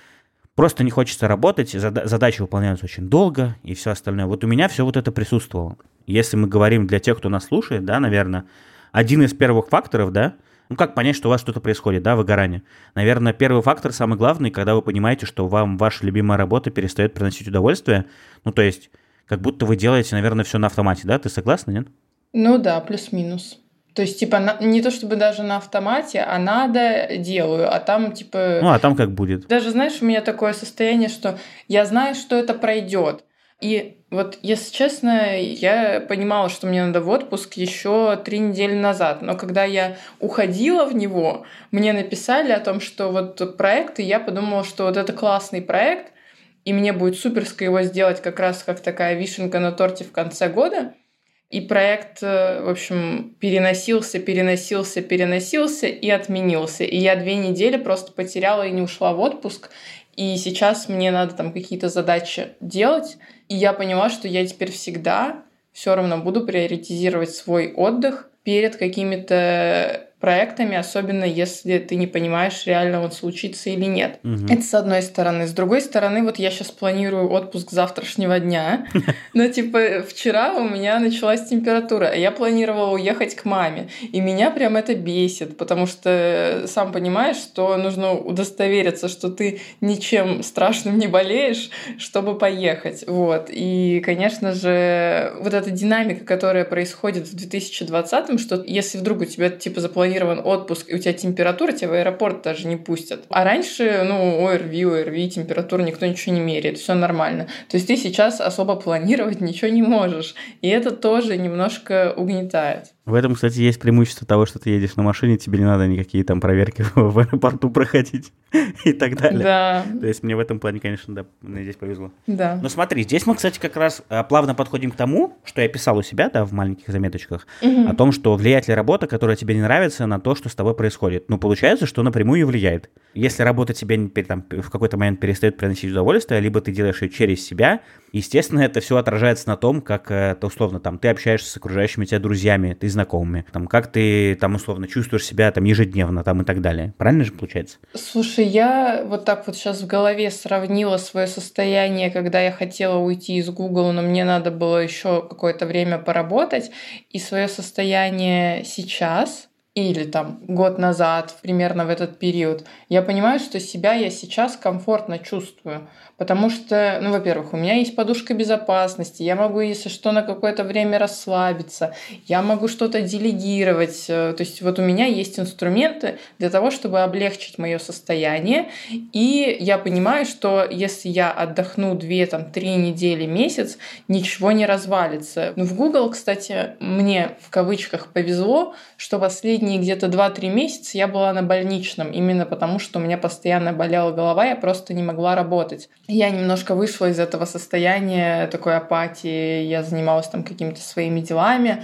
просто не хочется работать, задачи выполняются очень долго и все остальное. Вот у меня все вот это присутствовало. Если мы говорим для тех, кто нас слушает, да, наверное, один из первых факторов, да, ну, как понять, что у вас что-то происходит, да, выгорание? Наверное, первый фактор, самый главный, когда вы понимаете, что вам ваша любимая работа перестает приносить удовольствие. Ну, то есть, как будто вы делаете, наверное, все на автомате, да? Ты согласна, нет? Ну да, плюс-минус. То есть, типа, на- не то чтобы даже на автомате, а надо, делаю, а там, типа... Ну, а там как будет. Даже, знаешь, у меня такое состояние, что я знаю, что это пройдет. И вот, если честно, я понимала, что мне надо в отпуск еще три недели назад. Но когда я уходила в него, мне написали о том, что вот проект, и я подумала, что вот это классный проект, и мне будет суперско его сделать как раз как такая вишенка на торте в конце года. И проект, э, в общем, переносился, переносился, переносился и отменился. И я две недели просто потеряла и не ушла в отпуск. И сейчас мне надо там какие-то задачи делать. И я поняла, что я теперь всегда все равно буду приоритизировать свой отдых перед какими-то проектами, особенно если ты не понимаешь, реально он случится или нет. Угу. Это с одной стороны. С другой стороны, вот я сейчас планирую отпуск завтрашнего дня, но типа вчера у меня началась температура, а я планировала уехать к маме, и меня прям это бесит, потому что сам понимаешь, что нужно удостовериться, что ты ничем страшным не болеешь, чтобы поехать. Вот. И, конечно же, вот эта динамика, которая происходит в две тысячи двадцатом, что если вдруг у тебя типа запланирован отпуск, и у тебя температура, тебя в аэропорт даже не пустят. А раньше, ну, ОРВИ, ОРВИ, температура, никто ничего не меряет, все нормально. То есть ты сейчас особо планировать ничего не можешь. И это тоже немножко угнетает. В этом, кстати, есть преимущество того, что ты едешь на машине, тебе не надо никакие там проверки в аэропорту проходить и так далее. Да. То есть мне в этом плане, конечно, да, мне здесь повезло. Да. Но смотри, здесь мы, кстати, как раз а, плавно подходим к тому, что я писал у себя, да, в маленьких заметочках, Угу. о том, что влияет ли работа, которая тебе не нравится, на то, что с тобой происходит. Ну, получается, что напрямую и влияет. Если работа тебе не пер- там, в какой-то момент перестает приносить удовольствие, либо ты делаешь ее через себя, естественно, это все отражается на том, как, э, то, условно, там, ты общаешься с окружающими тебя друзьями, ты знакомыми, там, как ты, там, условно, чувствуешь себя, там, ежедневно, там, и так далее. Правильно же получается? Слушай, я вот так вот сейчас в голове сравнила свое состояние, когда я хотела уйти из Google, но мне надо было еще какое-то время поработать, и свое состояние сейчас или там год назад, примерно в этот период, я понимаю, что себя я сейчас комфортно чувствую. Потому что, ну, во-первых, у меня есть подушка безопасности, я могу, если что, на какое-то время расслабиться, я могу что-то делегировать. То есть вот у меня есть инструменты для того, чтобы облегчить мое состояние. И я понимаю, что если я отдохну две-три недели, месяц, ничего не развалится. Ну, в Google, кстати, мне в кавычках повезло, что последние где-то два-три месяца я была на больничном, именно потому, что у меня постоянно болела голова, я просто не могла работать. Я немножко вышла из этого состояния такой апатии, я занималась там какими-то своими делами,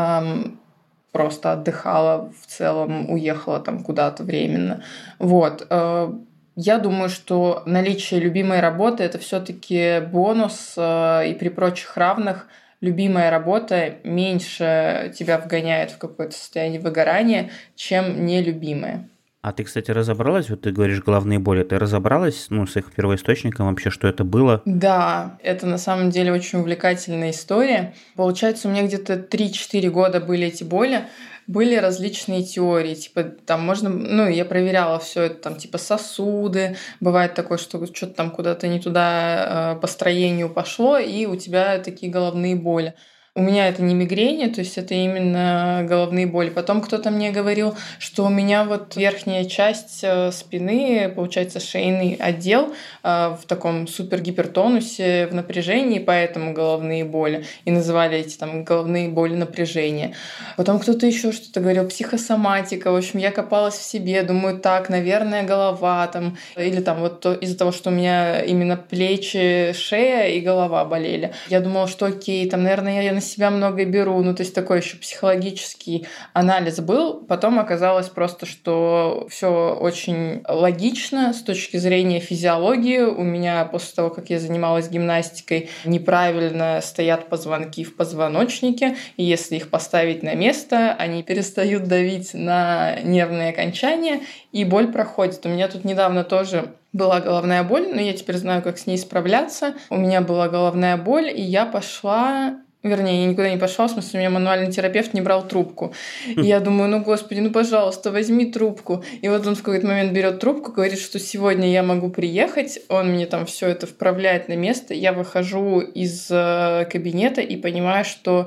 эм, просто отдыхала в целом, уехала там куда-то временно. Вот. Э, я думаю, что наличие любимой работы — это все-таки бонус, э, и при прочих равных любимая работа меньше тебя вгоняет в какое-то состояние выгорания, чем нелюбимая. А ты, кстати, разобралась, вот ты говоришь головные боли, ты разобралась, ну, с их первоисточником вообще, что это было? Да, это на самом деле очень увлекательная история. Получается, у меня где-то три-четыре года были эти боли, были различные теории, типа там можно, ну, я проверяла все это, там, типа сосуды, бывает такое, что что-то там куда-то не туда э, по строению пошло, и у тебя такие головные боли. У меня это не мигрени, то есть это именно головные боли. Потом кто-то мне говорил, что у меня вот верхняя часть спины, получается, шейный отдел в таком супергипертонусе, в напряжении, поэтому головные боли. И называли эти там головные боли напряжения. Потом кто-то еще что-то говорил, психосоматика. В общем, я копалась в себе, думаю, так, наверное, голова там, или там вот то, из-за того, что у меня именно плечи, шея и голова болели. Я думала, что окей, там, наверное, я на себя много беру, ну, то есть такой еще психологический анализ был. Потом оказалось просто, что все очень логично с точки зрения физиологии. У меня после того, как я занималась гимнастикой, неправильно стоят позвонки в позвоночнике, и если их поставить на место, они перестают давить на нервные окончания, и боль проходит. У меня тут недавно тоже была головная боль, но я теперь знаю, как с ней справляться. У меня была головная боль, и я пошла... Вернее, я никуда не пошла, в смысле, у меня мануальный терапевт не брал трубку. И я думаю, ну, господи, ну, пожалуйста, возьми трубку. И вот он в какой-то момент берет трубку, говорит, что сегодня я могу приехать, он мне там все это вправляет на место. Я выхожу из кабинета и понимаю, что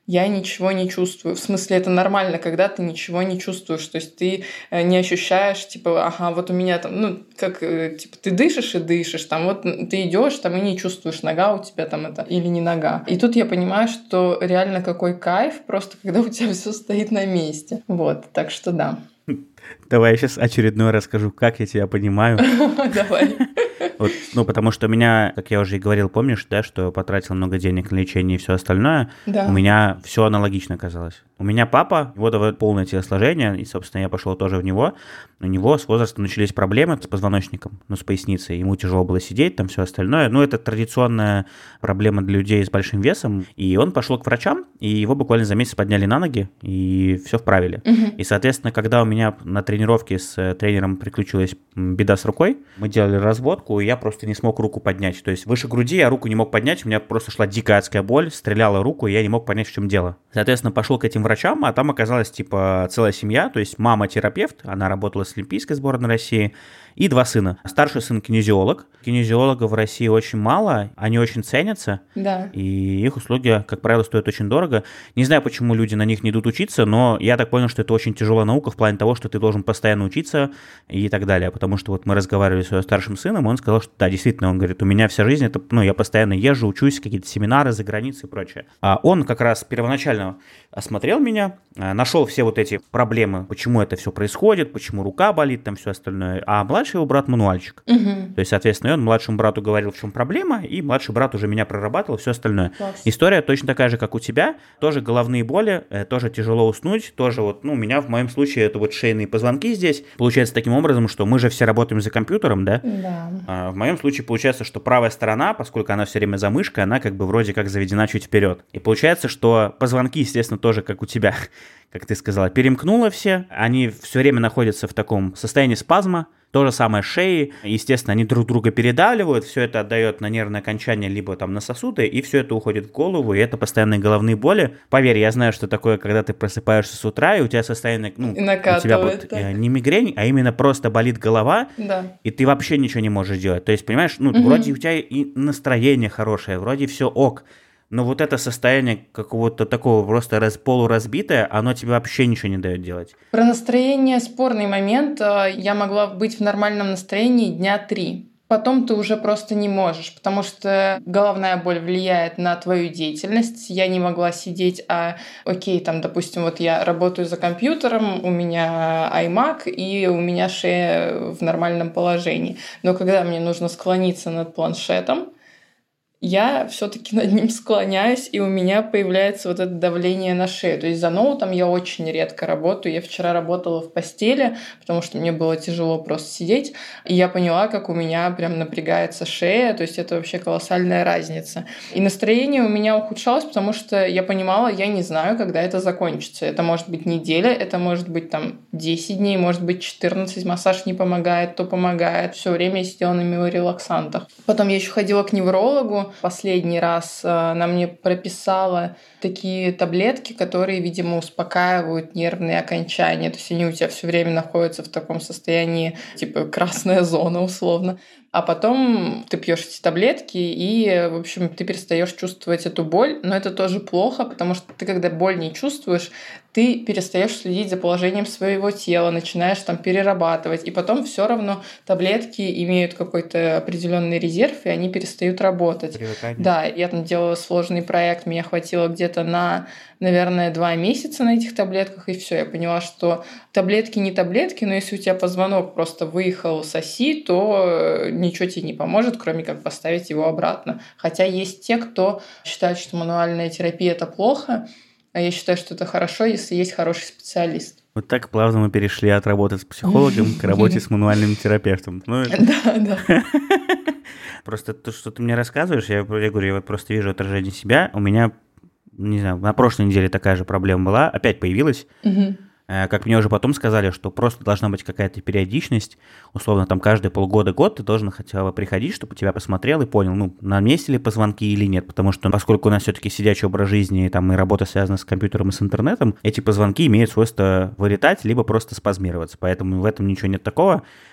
я ничего не чувствую. В смысле, это нормально, когда ты ничего не чувствуешь. То есть ты не ощущаешь, типа, ага, вот у меня там, ну, как, типа, ты дышишь и дышишь, там, вот ты идешь, там, и не чувствуешь, нога у тебя там это или не нога. И тут я понимаю, что реально какой кайф, просто когда у тебя все стоит на месте. Вот, так что да. Давай я сейчас очередной расскажу, как я тебя понимаю. Давай. Вот, ну, потому что у меня, как я уже и говорил, помнишь, да, что я потратил много денег на лечение и все остальное, да. У меня все аналогично оказалось. У меня папа, у него давай полное телосложение, и, собственно, я пошел тоже в него. У него с возрастом начались проблемы с позвоночником, ну, с поясницей. Ему тяжело было сидеть, там все остальное. Ну, это традиционная проблема для людей с большим весом. И он пошел к врачам, и его буквально за месяц подняли на ноги, и все вправили. Угу. И, соответственно, когда у меня на тренировке с тренером приключилась беда с рукой, мы делали разводку, и я просто не смог руку поднять. То есть выше груди я руку не мог поднять, у меня просто шла дикая адская боль, стреляла руку, и я не мог понять, в чем дело. Соответственно, пошел к этим врачам, а там оказалась, типа, целая семья, то есть мама терапевт, она работала с Олимпийской сборной России, и два сына. Старший сын кинезиолог. Кинезиологов в России очень мало, они очень ценятся, да. И их услуги, как правило, стоят очень дорого. Не знаю, почему люди на них не идут учиться, но я так понял, что это очень тяжелая наука в плане того, что ты должен постоянно учиться и так далее, потому что вот мы разговаривали с его старшим сыном, и он сказал, что да, действительно, он говорит, у меня вся жизнь, это, ну, я постоянно езжу, учусь, какие-то семинары за границей и прочее. А он как раз первоначально осмотрел меня, нашел все вот эти проблемы, почему это все происходит, почему рука болит, там все остальное, а младший его брат мануальщик. Угу. То есть, соответственно, он младшему брату говорил, в чем проблема, и младший брат уже меня прорабатывал, все остальное. Класс. История точно такая же, как у тебя, тоже головные боли, тоже тяжело уснуть, тоже вот, ну, у меня в моем случае это вот шейные позвонки здесь. Получается таким образом, что мы же все работаем за компьютером, да? Да. А в моем случае получается, что правая сторона, поскольку она все время за мышкой, она как бы вроде как заведена чуть вперед. И получается, что позвонки, естественно, тоже как у тебя, как ты сказала, перемкнуло все, они все время находятся в таком состоянии спазма. То же самое с шеей, естественно, они друг друга передавливают, все это отдает на нервное окончание, либо там на сосуды, и все это уходит в голову, и это постоянные головные боли. Поверь, я знаю, что такое, когда ты просыпаешься с утра, и у тебя состояние, ну, у тебя вот да. не мигрень, а именно просто болит голова, да. и ты вообще ничего не можешь делать. То есть, понимаешь, ну, угу. вроде у тебя и настроение хорошее, вроде все ок, но вот это состояние какого-то такого просто раз, полуразбитое, оно тебе вообще ничего не дает делать. Про настроение спорный момент. Я могла быть в нормальном настроении дня три. Потом ты уже просто не можешь, потому что головная боль влияет на твою деятельность. Я не могла сидеть, а окей, там, допустим, вот я работаю за компьютером, у меня iMac, и у меня шея в нормальном положении. Но когда мне нужно склониться над планшетом, я все-таки над ним склоняюсь, и у меня появляется вот это давление на шею. То есть за ноутом я очень редко работаю. Я вчера работала в постели, потому что мне было тяжело просто сидеть, и я поняла, как у меня прям напрягается шея. То есть это вообще колоссальная разница. И настроение у меня ухудшалось, потому что я понимала, я не знаю, когда это закончится. Это может быть неделя, это может быть там десять дней, может быть четырнадцать. Массаж не помогает, то помогает. Все время я сидела на миорелаксантах. Потом я еще ходила к неврологу. Последний раз она мне прописала такие таблетки, которые, видимо, успокаивают нервные окончания. То есть они у тебя все время находятся в таком состоянии, типа красная зона условно. А потом ты пьешь эти таблетки, и, в общем, ты перестаешь чувствовать эту боль. Но это тоже плохо, потому что ты, когда боль не чувствуешь, ты перестаешь следить за положением своего тела, начинаешь там перерабатывать. И потом все равно таблетки имеют какой-то определенный резерв, и они перестают работать. Привыкание. Да, я там делала сложный проект, меня хватило где-то на, наверное, два месяца на этих таблетках, и все. Я поняла, что таблетки не таблетки, но если у тебя позвонок просто выехал с оси, то ничего тебе не поможет, кроме как поставить его обратно. Хотя есть те, кто считает, что мануальная терапия – это плохо, а я считаю, что это хорошо, если есть хороший специалист. Вот так плавно мы перешли от работы с психологом к работе с мануальным терапевтом. Да, да. Просто то, что ты мне рассказываешь, я, я говорю, я вот просто вижу отражение себя. У меня, не знаю, на прошлой неделе такая же проблема была, опять появилась. Как мне уже потом сказали, что просто должна быть какая-то периодичность, условно, там каждые полгода-год ты должен хотя бы приходить, чтобы тебя посмотрел и понял, ну, на месте ли позвонки или нет, потому что поскольку у нас все-таки сидячий образ жизни, там, и работа связана с компьютером и с интернетом, эти позвонки имеют свойство вылетать, либо просто спазмироваться, поэтому в этом ничего нет такого.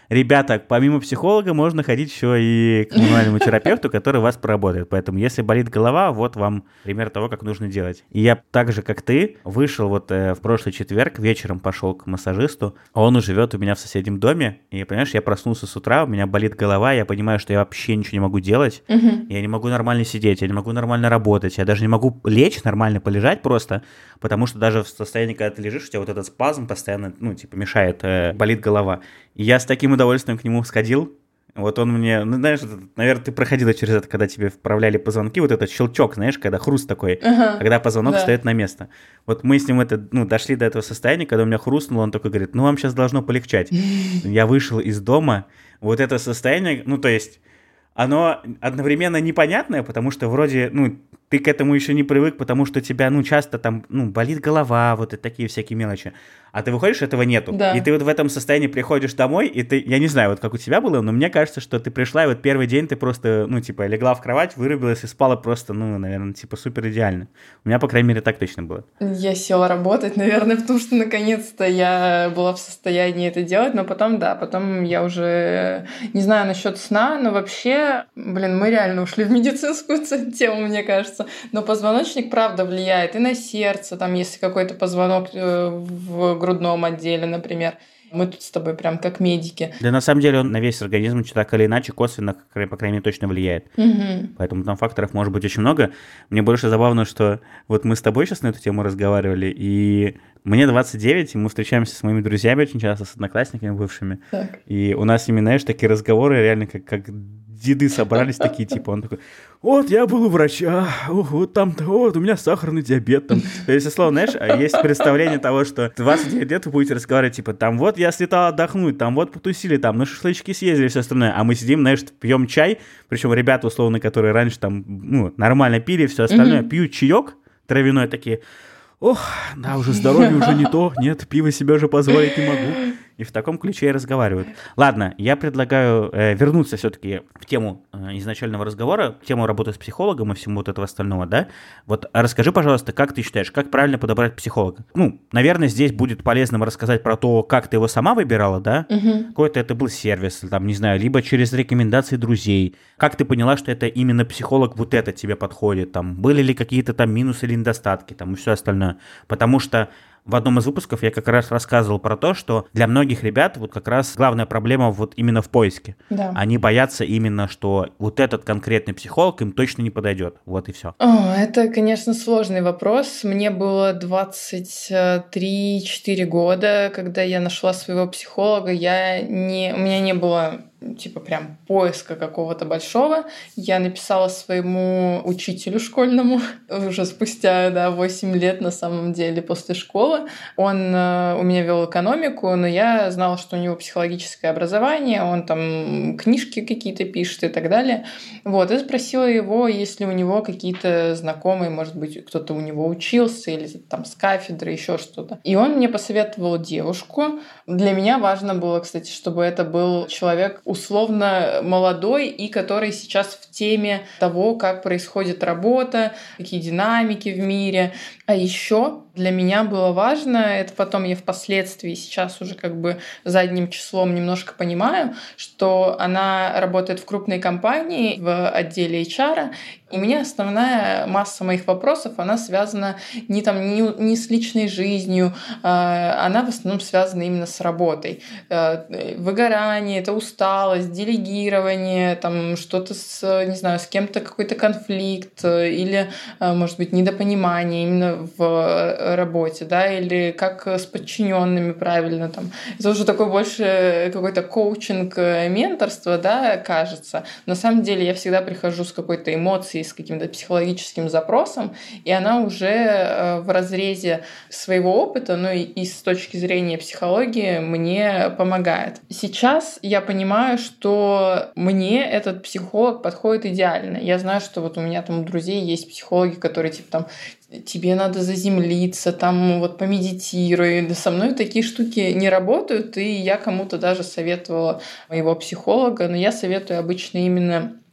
ребята, помимо психолога можно ходить еще и к мануальному терапевту, который вас проработает. Поэтому, если болит голова, вот вам пример того, как нужно делать. И я так же, как ты, вышел вот э, в прошлый четверг, вечером пошел к массажисту. Он живет у меня в соседнем доме. И, понимаешь, я проснулся с утра, у меня болит голова, я понимаю, что я вообще ничего не могу делать. Мгм. Я не могу нормально сидеть, я не могу нормально работать, я даже не могу лечь, нормально полежать просто, потому что даже в состоянии, когда ты лежишь, у тебя вот этот спазм постоянно, ну, типа, мешает, э, болит голова. И я с таким удовольствием к нему сходил. Вот он мне, ну, знаешь, наверное, ты проходила через это, когда тебе вправляли позвонки, вот этот щелчок, знаешь, когда хруст такой, Ага, когда позвонок да. встает на место. Вот мы с ним это, ну, дошли до этого состояния, когда у меня хрустнуло, он такой говорит, ну, вам сейчас должно полегчать. Я вышел из дома, вот это состояние, ну, то есть, оно одновременно непонятное, потому что вроде, ну, ты к этому еще не привык, потому что у тебя, ну, часто там, ну, болит голова, вот и такие всякие мелочи. А ты выходишь, этого нету. Да. И ты вот в этом состоянии приходишь домой, и ты, я не знаю, вот как у тебя было, но мне кажется, что ты пришла, и вот первый день ты просто, ну, типа, легла в кровать, вырубилась и спала просто, ну, наверное, типа, супер идеально. У меня, по крайней мере, так точно было. Я села работать, наверное, потому что наконец-то я была в состоянии это делать, но потом, да, потом я уже не знаю насчет сна, но вообще, блин, мы реально ушли в медицинскую тему, мне кажется. Но позвоночник, правда, влияет и на сердце, там, если какой-то позвонок э, в грудном отделе, например. Мы тут с тобой прям как медики. Да, на самом деле, он на весь организм так или иначе косвенно, по крайней мере, точно влияет. Угу. Поэтому там факторов может быть очень много. Мне больше забавно, что вот мы с тобой сейчас на эту тему разговаривали, и мне двадцать девять, и мы встречаемся с моими друзьями очень часто, с одноклассниками бывшими. Так. И у нас именно, знаешь, такие разговоры реально как, как деды собрались такие, типа, он такой, вот, я был у врача, вот там-то, вот, у меня сахарный диабет, там. То есть, условно, знаешь, есть представление того, что двадцать девять лет вы будете разговаривать, типа, там, вот, я слетал отдохнуть, там, вот, потусили, там, на шашлычки съездили, все остальное, а мы сидим, знаешь, пьем чай, причем ребята, условно, которые раньше там, ну, нормально пили, все остальное, Мгм. пьют чаек травяной, такие, ох, да, уже здоровье уже не то, нет, пиво себе уже позволить не могу. И в таком ключе и разговаривают. Ладно, я предлагаю э, вернуться все-таки в тему э, изначального разговора, в тему работы с психологом и всему вот этого остального, да? Вот а расскажи, пожалуйста, как ты считаешь, как правильно подобрать психолога? Ну, наверное, здесь будет полезным рассказать про то, как ты его сама выбирала, да? Угу. Какой-то это был сервис, там, не знаю, либо через рекомендации друзей. Как ты поняла, что это именно психолог вот это тебе подходит? Там, были ли какие-то там минусы или недостатки, там, и все остальное? Потому что в одном из выпусков я как раз рассказывал про то, что для многих ребят вот как раз главная проблема вот именно в поиске. Да. Они боятся именно, что вот этот конкретный психолог им точно не подойдет. Вот и все. О, это, конечно, сложный вопрос. Мне было двадцать три - четыре года, когда я нашла своего психолога. Я не... У меня не было типа прям поиска какого-то большого. Я написала своему учителю школьному уже спустя, да, восемь лет на самом деле после школы. Он э, у меня вел экономику, но я знала, что у него психологическое образование, он там книжки какие-то пишет и так далее. Вот, и спросила его, есть ли у него какие-то знакомые, может быть, кто-то у него учился или там с кафедры, еще что-то. И он мне посоветовал девушку. Для меня важно было, кстати, чтобы это был человек условно молодой и который сейчас в теме того, как происходит работа, какие динамики в мире. А еще для меня было важно, это потом я впоследствии сейчас уже как бы задним числом немножко понимаю, что она работает в крупной компании в отделе эйч ар, и у меня основная масса моих вопросов, она связана не, там, не, не с личной жизнью, она в основном связана именно с работой. Выгорание, это усталость, делегирование, там что-то с, не знаю, с кем-то какой-то конфликт или, может быть, недопонимание именно в работе, да, или как с подчиненными правильно там. Это уже такой больше какой-то коучинг, менторство, да, кажется. На самом деле я всегда прихожу с какой-то эмоцией, с каким-то психологическим запросом, и она уже в разрезе своего опыта, ну и, и с точки зрения психологии мне помогает. Сейчас я понимаю, что мне этот психолог подходит идеально. Я знаю, что вот у меня там у друзей есть психологи, которые типа там тебе надо заземлиться, там вот помедитируй. Да со мной такие штуки не работают, и я кому-то даже советовала моего психолога, но я советую обычно именно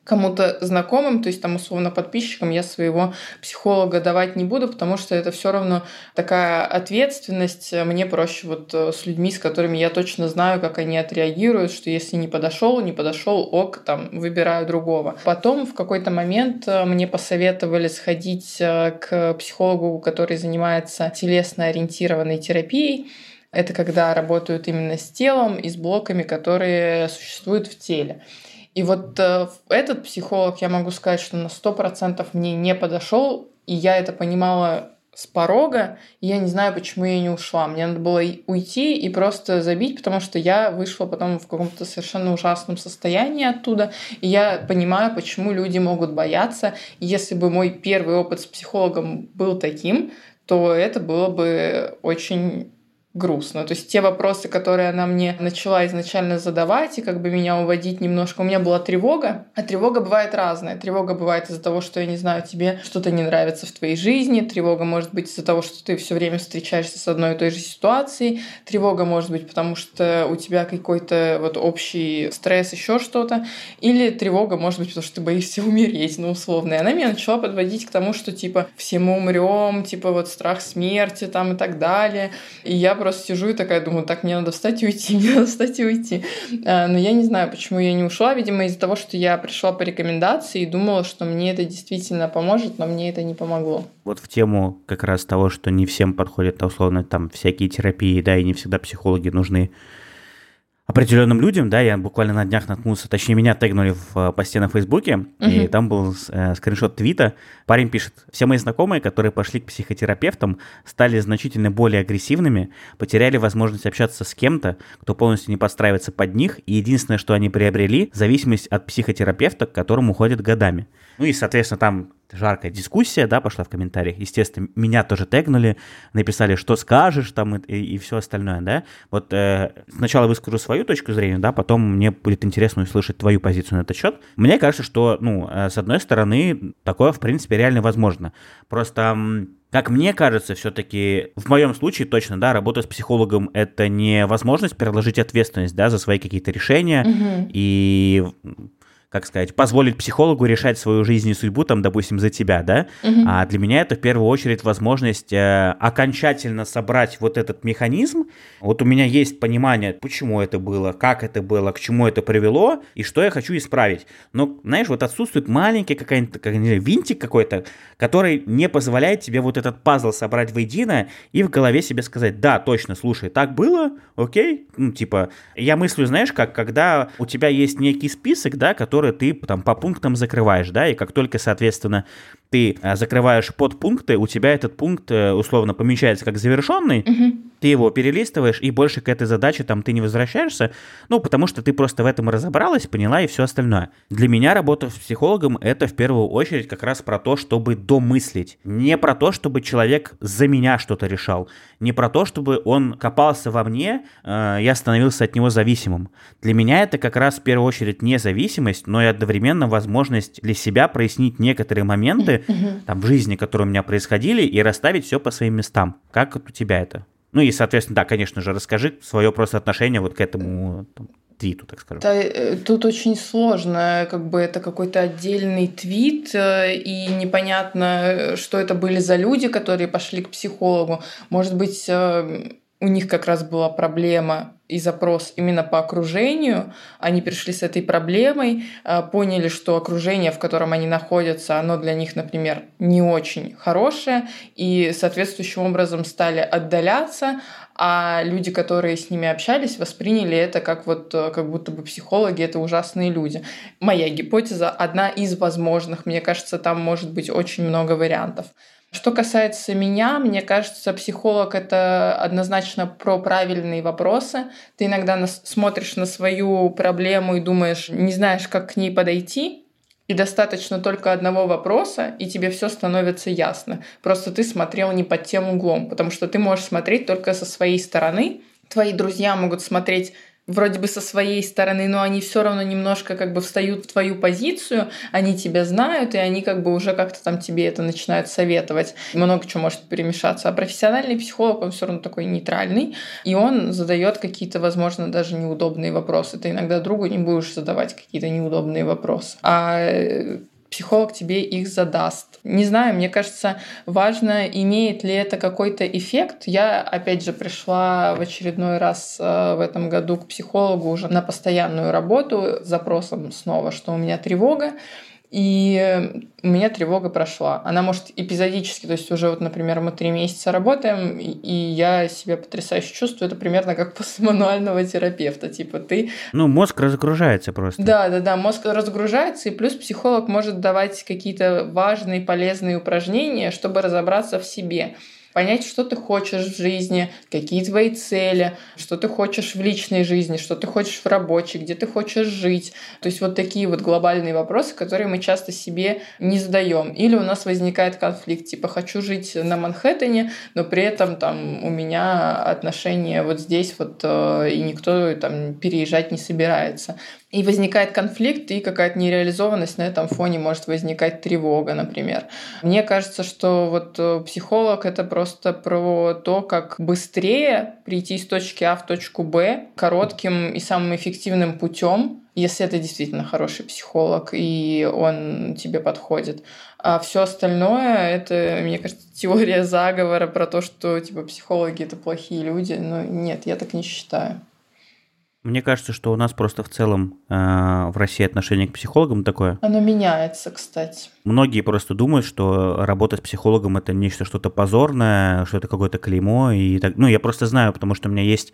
кому-то знакомым, то есть там условно подписчикам я своего психолога давать не буду, потому что это все равно такая ответственность. Мне проще вот с людьми, с которыми я точно знаю, как они отреагируют, что если не подошел, не подошел, ок, там, выбираю другого. Потом в какой-то момент мне посоветовали сходить к психологу, который занимается телесно-ориентированной терапией. Это когда работают именно с телом и с блоками, которые существуют в теле. И вот э, этот психолог, я могу сказать, что на сто процентов мне не подошел, и я это понимала с порога, и я не знаю, почему я не ушла. Мне надо было уйти и просто забить, потому что я вышла потом в каком-то совершенно ужасном состоянии оттуда, и я понимаю, почему люди могут бояться. И если бы мой первый опыт с психологом был таким, то это было бы очень грустно. То есть те вопросы, которые она мне начала изначально задавать и как бы меня уводить немножко. У меня была тревога, а тревога бывает разная. Тревога бывает из-за того, что, я не знаю, тебе что-то не нравится в твоей жизни. Тревога может быть из-за того, что ты все время встречаешься с одной и той же ситуацией. Тревога может быть потому, что у тебя какой-то вот общий стресс, еще что-то. Или тревога может быть потому, что ты боишься умереть, ну, условно. И она меня начала подводить к тому, что типа все мы умрем, типа вот страх смерти там и так далее. И я просто сижу и такая думаю, так, мне надо встать и уйти, мне надо встать и уйти. Но я не знаю, почему я не ушла. Видимо, из-за того, что я пришла по рекомендации и думала, что мне это действительно поможет, но мне это не помогло. Вот в тему как раз того, что не всем подходят, условно, там, всякие терапии, да, и не всегда психологи нужны определенным людям, да, я буквально на днях наткнулся, точнее, меня тегнули в посте на Фейсбуке, uh-huh. и там был э, скриншот твита. Парень пишет: «Все мои знакомые, которые пошли к психотерапевтам, стали значительно более агрессивными, потеряли возможность общаться с кем-то, кто полностью не подстраивается под них, и единственное, что они приобрели, зависимость от психотерапевта, к которому ходят годами». Ну и, соответственно, там жаркая дискуссия, да, пошла в комментариях. Естественно, меня тоже тегнули, написали, что скажешь там и, и, и все остальное, да. Вот э, сначала выскажу свою точку зрения, да, потом мне будет интересно услышать твою позицию на этот счет. Мне кажется, что, ну, э, с одной стороны, такое, в принципе, реально возможно. Просто... Как мне кажется, все-таки в моем случае точно, да, работа с психологом — это не возможность переложить ответственность, да, за свои какие-то решения mm-hmm. и, как сказать, позволить психологу решать свою жизнь и судьбу, там, допустим, за тебя, да. Mm-hmm. А для меня это в первую очередь возможность э, окончательно собрать вот этот механизм. Вот у меня есть понимание, почему это было, как это было, к чему это привело и что я хочу исправить. Но, знаешь, вот отсутствует маленький какой-то, как, не знаю, винтик какой-то, который не позволяет тебе вот этот пазл собрать воедино и в голове себе сказать: да, точно, слушай, так было, окей, ну, типа, я мыслю, знаешь, как, когда у тебя есть некий список, да, который ты там по пунктам закрываешь, да, и как только, соответственно, ты закрываешь подпункты, у тебя этот пункт условно помечается как завершенный, угу. ты его перелистываешь, и больше к этой задаче там ты не возвращаешься, ну, потому что ты просто в этом разобралась, поняла и все остальное. Для меня работа с психологом — это в первую очередь как раз про то, чтобы домыслить. Не про то, чтобы человек за меня что-то решал, не про то, чтобы он копался во мне, э, я становился от него зависимым. Для меня это как раз в первую очередь не зависимость, но и одновременно возможность для себя прояснить некоторые моменты mm-hmm. там, в жизни, которые у меня происходили, и расставить все по своим местам. Как у тебя это? Ну и, соответственно, да, конечно же, расскажи свое просто отношение вот к этому там, твиту, так скажем. Да, тут очень сложно, как бы это какой-то отдельный твит, и непонятно, что это были за люди, которые пошли к психологу. Может быть, у них как раз была проблема и запрос именно по окружению. Они пришли с этой проблемой, поняли, что окружение, в котором они находятся, оно для них, например, не очень хорошее, и соответствующим образом стали отдаляться, а люди, которые с ними общались, восприняли это как вот как будто бы психологи — это ужасные люди. Моя гипотеза — одна из возможных. Мне кажется, там может быть очень много вариантов. Что касается меня, мне кажется, психолог — это однозначно про правильные вопросы. Ты иногда смотришь на свою проблему и думаешь, не знаешь, как к ней подойти, и достаточно только одного вопроса, и тебе все становится ясно. Просто ты смотрел не под тем углом, потому что ты можешь смотреть только со своей стороны. Твои друзья могут смотреть вроде бы со своей стороны, но они все равно немножко как бы встают в твою позицию, они тебя знают, и они как бы уже как-то там тебе это начинают советовать. Много чего может перемешаться. А профессиональный психолог, он все равно такой нейтральный, и он задает какие-то, возможно, даже неудобные вопросы. Ты иногда другу не будешь задавать какие-то неудобные вопросы. А психолог тебе их задаст. Не знаю, мне кажется, важно, имеет ли это какой-то эффект. Я, опять же, пришла в очередной раз в этом году к психологу уже на постоянную работу с запросом снова, что у меня тревога. И у меня тревога прошла. Она может эпизодически, то есть уже вот, например, мы три месяца работаем, и я себя потрясающе чувствую. Это примерно как после мануального терапевта. Типа ты... Ну, мозг разгружается просто. Да, да, да, мозг разгружается, и плюс психолог может давать какие-то важные, полезные упражнения, чтобы разобраться в себе. Понять, что ты хочешь в жизни, какие твои цели, что ты хочешь в личной жизни, что ты хочешь в рабочей, где ты хочешь жить. То есть вот такие вот глобальные вопросы, которые мы часто себе не задаем. Или у нас возникает конфликт, типа хочу жить на Манхэттене, но при этом там у меня отношения вот здесь вот, и никто там переезжать не собирается. И возникает конфликт, и какая-то нереализованность, на этом фоне может возникать тревога, например. Мне кажется, что вот психолог — это просто про то, как быстрее прийти с точки А в точку Б коротким и самым эффективным путем, если это действительно хороший психолог, и он тебе подходит. А все остальное — это, мне кажется, теория заговора про то, что типа психологи — это плохие люди. Но нет, я так не считаю. Мне кажется, что у нас просто в целом э, в России отношение к психологам такое. Оно меняется, кстати. Многие просто думают, что работа с психологом — это нечто что-то позорное, что это какое-то клеймо. И так... Ну, я просто знаю, потому что у меня есть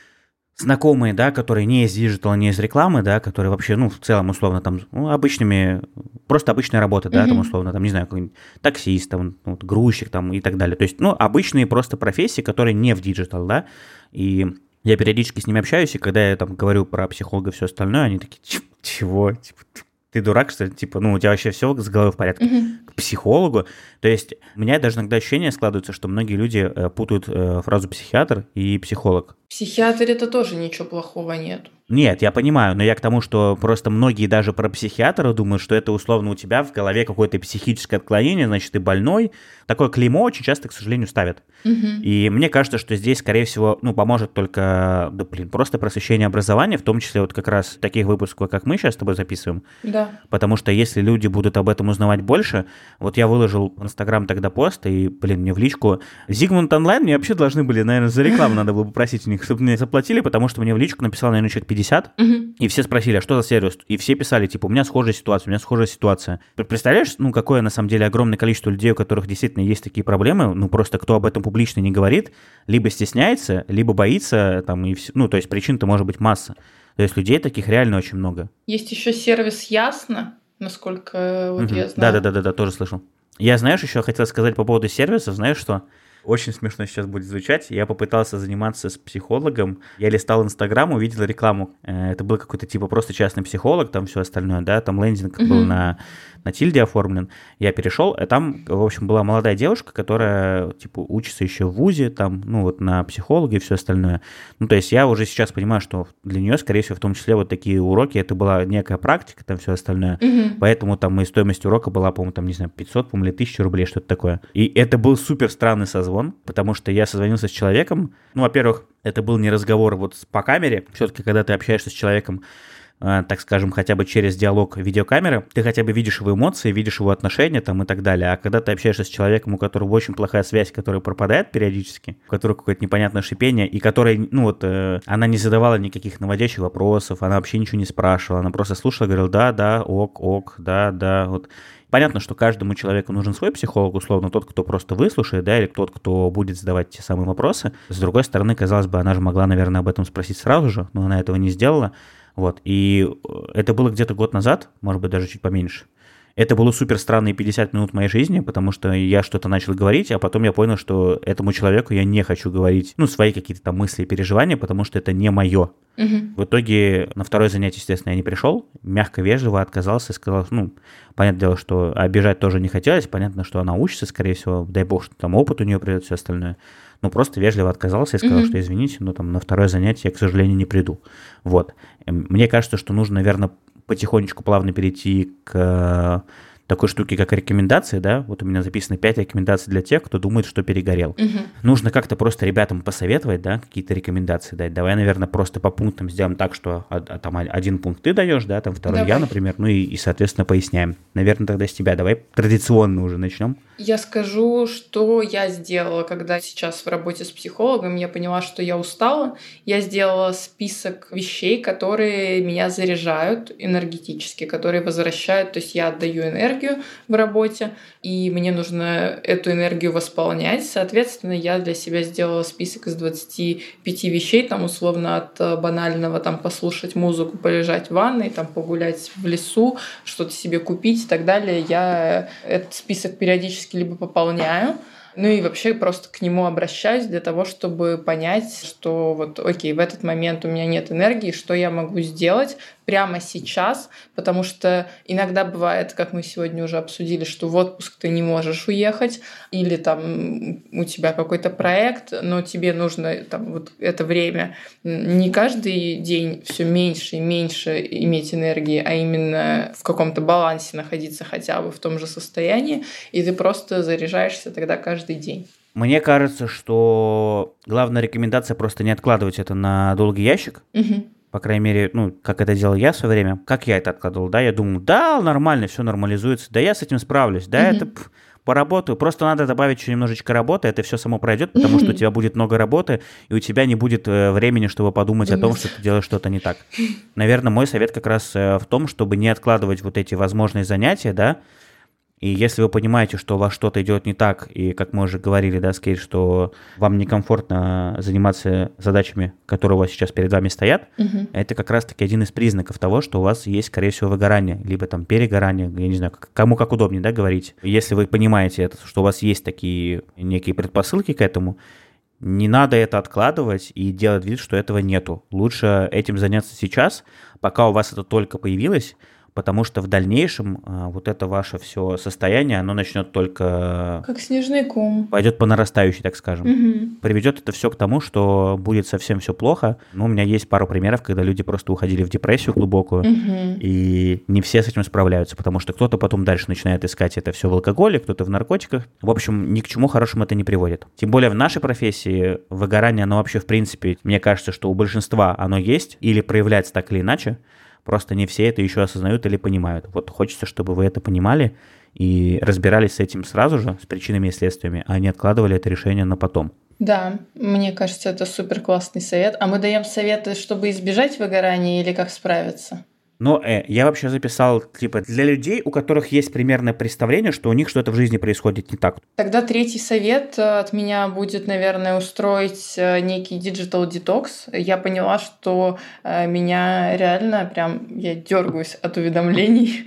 знакомые, да, которые не из диджитала, не из рекламы, да, которые вообще, ну, в целом, условно, там, ну, обычными, просто обычная работа, да, mm-hmm. там, условно, там, не знаю, какой-нибудь таксист, там, ну, вот, грузчик, там, и так далее. То есть, ну, обычные просто профессии, которые не в диджитал, да, и... Я периодически с ними общаюсь, и когда я там говорю про психолога и все остальное, они такие, чего? Типа, ты дурак, что ли? Типа, ну, у тебя вообще все с головой в порядке. Mm-hmm. К психологу. То есть у меня даже иногда ощущение складывается, что многие люди путают фразу психиатр и психолог. В психиатре это тоже ничего плохого нет. Нет, я понимаю, но я к тому, что просто многие даже про психиатра думают, что это условно у тебя в голове какое-то психическое отклонение, значит, ты больной. Такое клеймо очень часто, к сожалению, ставят. Угу. И мне кажется, что здесь, скорее всего, ну, поможет только, да, блин, просто просвещение образования, в том числе вот как раз таких выпусков, как мы сейчас с тобой записываем. Да. Потому что если люди будут об этом узнавать больше, вот я выложил в Инстаграм тогда пост, и, блин, мне в личку Зигмунд Онлайн мне вообще должны были, наверное, за рекламу надо было попросить у них, чтобы мне заплатили, потому что мне в личку написал, наверное, человек пятьдесят, uh-huh. и все спросили, а что за сервис? И все писали, типа, у меня схожая ситуация, у меня схожая ситуация. Представляешь, ну, какое на самом деле огромное количество людей, у которых действительно есть такие проблемы, ну, просто кто об этом публично не говорит, либо стесняется, либо боится, там, и все, ну, то есть причин-то может быть масса. То есть людей таких реально очень много. Есть еще сервис Ясно, насколько вот uh-huh. я знаю. Да-да-да, тоже слышал. Я, знаешь, еще хотел сказать по поводу сервисов, знаешь что? Очень смешно сейчас будет звучать. Я попытался заниматься с психологом. Я листал Инстаграм, увидел рекламу. Это был какой-то типа просто частный психолог, там все остальное, да, там лендинг mm-hmm. был на, на тильде оформлен. Я перешел, и там, в общем, была молодая девушка, которая типа учится еще в вузе, там, ну вот на психолога и все остальное. Ну, то есть я уже сейчас понимаю, что для нее, скорее всего, в том числе вот такие уроки, это была некая практика, там все остальное. Mm-hmm. Поэтому там и стоимость урока была, по-моему, там, не знаю, пятьсот, по-моему, или тысяча рублей, что-то такое. И это был супер странный созвон, потому что я созвонился с человеком. Ну, во-первых, это был не разговор вот по камере. Все-таки, когда ты общаешься с человеком, э, так скажем, хотя бы через диалог видеокамеры, ты хотя бы видишь его эмоции, видишь его отношения там и так далее. А когда ты общаешься с человеком, у которого очень плохая связь, которая пропадает периодически, у которого какое-то непонятное шипение, и которой, ну вот, э, она не задавала никаких наводящих вопросов, она вообще ничего не спрашивала, она просто слушала, говорила, да, да, ок, ок, да, да, вот. Понятно, что каждому человеку нужен свой психолог, условно, тот, кто просто выслушает, да, или тот, кто будет задавать те самые вопросы. С другой стороны, казалось бы, она же могла, наверное, об этом спросить сразу же, но она этого не сделала. Вот, и это было где-то год назад, может быть, даже чуть поменьше. Это было супер странные пятьдесят минут моей жизни, потому что я что-то начал говорить, а потом я понял, что этому человеку я не хочу говорить, ну, свои какие-то там мысли и переживания, потому что это не мое. Угу. В итоге на второе занятие, естественно, я не пришел, мягко, вежливо отказался и сказал, ну, понятное дело, что обижать тоже не хотелось, понятно, что она учится, скорее всего, дай бог, что там опыт у нее придет, все остальное. Ну, просто вежливо отказался и сказал, mm-hmm. что извините, но там на второе занятие я, к сожалению, не приду. Вот. Мне кажется, что нужно, наверное, потихонечку плавно перейти к такой штуки, как рекомендации, да, вот у меня записано пять рекомендаций для тех, кто думает, что перегорел. Угу. Нужно как-то просто ребятам посоветовать, да, какие-то рекомендации дать. Давай, наверное, просто по пунктам сделаем так, что а, а, там один пункт ты даешь, да, там второй давай. Я, например, ну и, и, соответственно, поясняем. Наверное, тогда с тебя давай традиционно уже начнем. Я скажу, что я сделала, когда сейчас в работе с психологом, я поняла, что я устала. Я сделала список вещей, которые меня заряжают энергетически, которые возвращают, то есть я отдаю энергию в работе, и мне нужно эту энергию восполнять. Соответственно, я для себя сделала список из двадцати пяти вещей, там условно от банального там послушать музыку, полежать в ванной, там погулять в лесу, что-то себе купить и так далее. Я этот список периодически либо пополняю, ну и вообще просто к нему обращаюсь для того, чтобы понять, что вот окей, в этот момент у меня нет энергии, что я могу сделать прямо сейчас, потому что иногда бывает, как мы сегодня уже обсудили, что в отпуск ты не можешь уехать, или там у тебя какой-то проект, но тебе нужно там вот это время не каждый день все меньше и меньше иметь энергии, а именно в каком-то балансе находиться хотя бы в том же состоянии, и ты просто заряжаешься тогда каждый день. Мне кажется, что главная рекомендация просто не откладывать это на долгий ящик. Угу. По крайней мере, ну, как это делал я в свое время. Как я это откладывал, да? Я думал, да, нормально, все нормализуется. Да я с этим справлюсь. Да, mm-hmm. это пф, поработаю. Просто надо добавить еще немножечко работы, это все само пройдет, потому mm-hmm. что у тебя будет много работы, и у тебя не будет э, времени, чтобы подумать Думать. о том, что ты делаешь что-то не так. Наверное, мой совет как раз э, в том, чтобы не откладывать вот эти возможные занятия, да. И если вы понимаете, что у вас что-то идет не так, и, как мы уже говорили, да, Скейт, что вам некомфортно заниматься задачами, которые у вас сейчас перед вами стоят, угу. это как раз-таки один из признаков того, что у вас есть, скорее всего, выгорание, либо там перегорание, я не знаю, кому как удобнее, да, говорить. Если вы понимаете это, что у вас есть такие некие предпосылки к этому, не надо это откладывать и делать вид, что этого нету. Лучше этим заняться сейчас, пока у вас это только появилось, потому что в дальнейшем а, вот это ваше все состояние, оно начнет только... Как снежный ком. Пойдет по нарастающей, так скажем. Угу. Приведет это все к тому, что будет совсем все плохо. Ну, у меня есть пару примеров, когда люди просто уходили в депрессию глубокую, угу. и не все с этим справляются, потому что кто-то потом дальше начинает искать это все в алкоголе, кто-то в наркотиках. В общем, ни к чему хорошему это не приводит. Тем более в нашей профессии выгорание, оно вообще в принципе, мне кажется, что у большинства оно есть или проявляется так или иначе. Просто не все это еще осознают или понимают. Вот хочется, чтобы вы это понимали и разбирались с этим сразу же, с причинами и следствиями, а не откладывали это решение на потом. Да, мне кажется, это супер классный совет. А мы даем советы, чтобы избежать выгорания или как справиться? Но э, я вообще записал, типа, для людей, у которых есть примерное представление, что у них что-то в жизни происходит не так. Тогда третий совет от меня будет, наверное, устроить некий digital detox. Я поняла, что меня реально прям, я дергаюсь от уведомлений.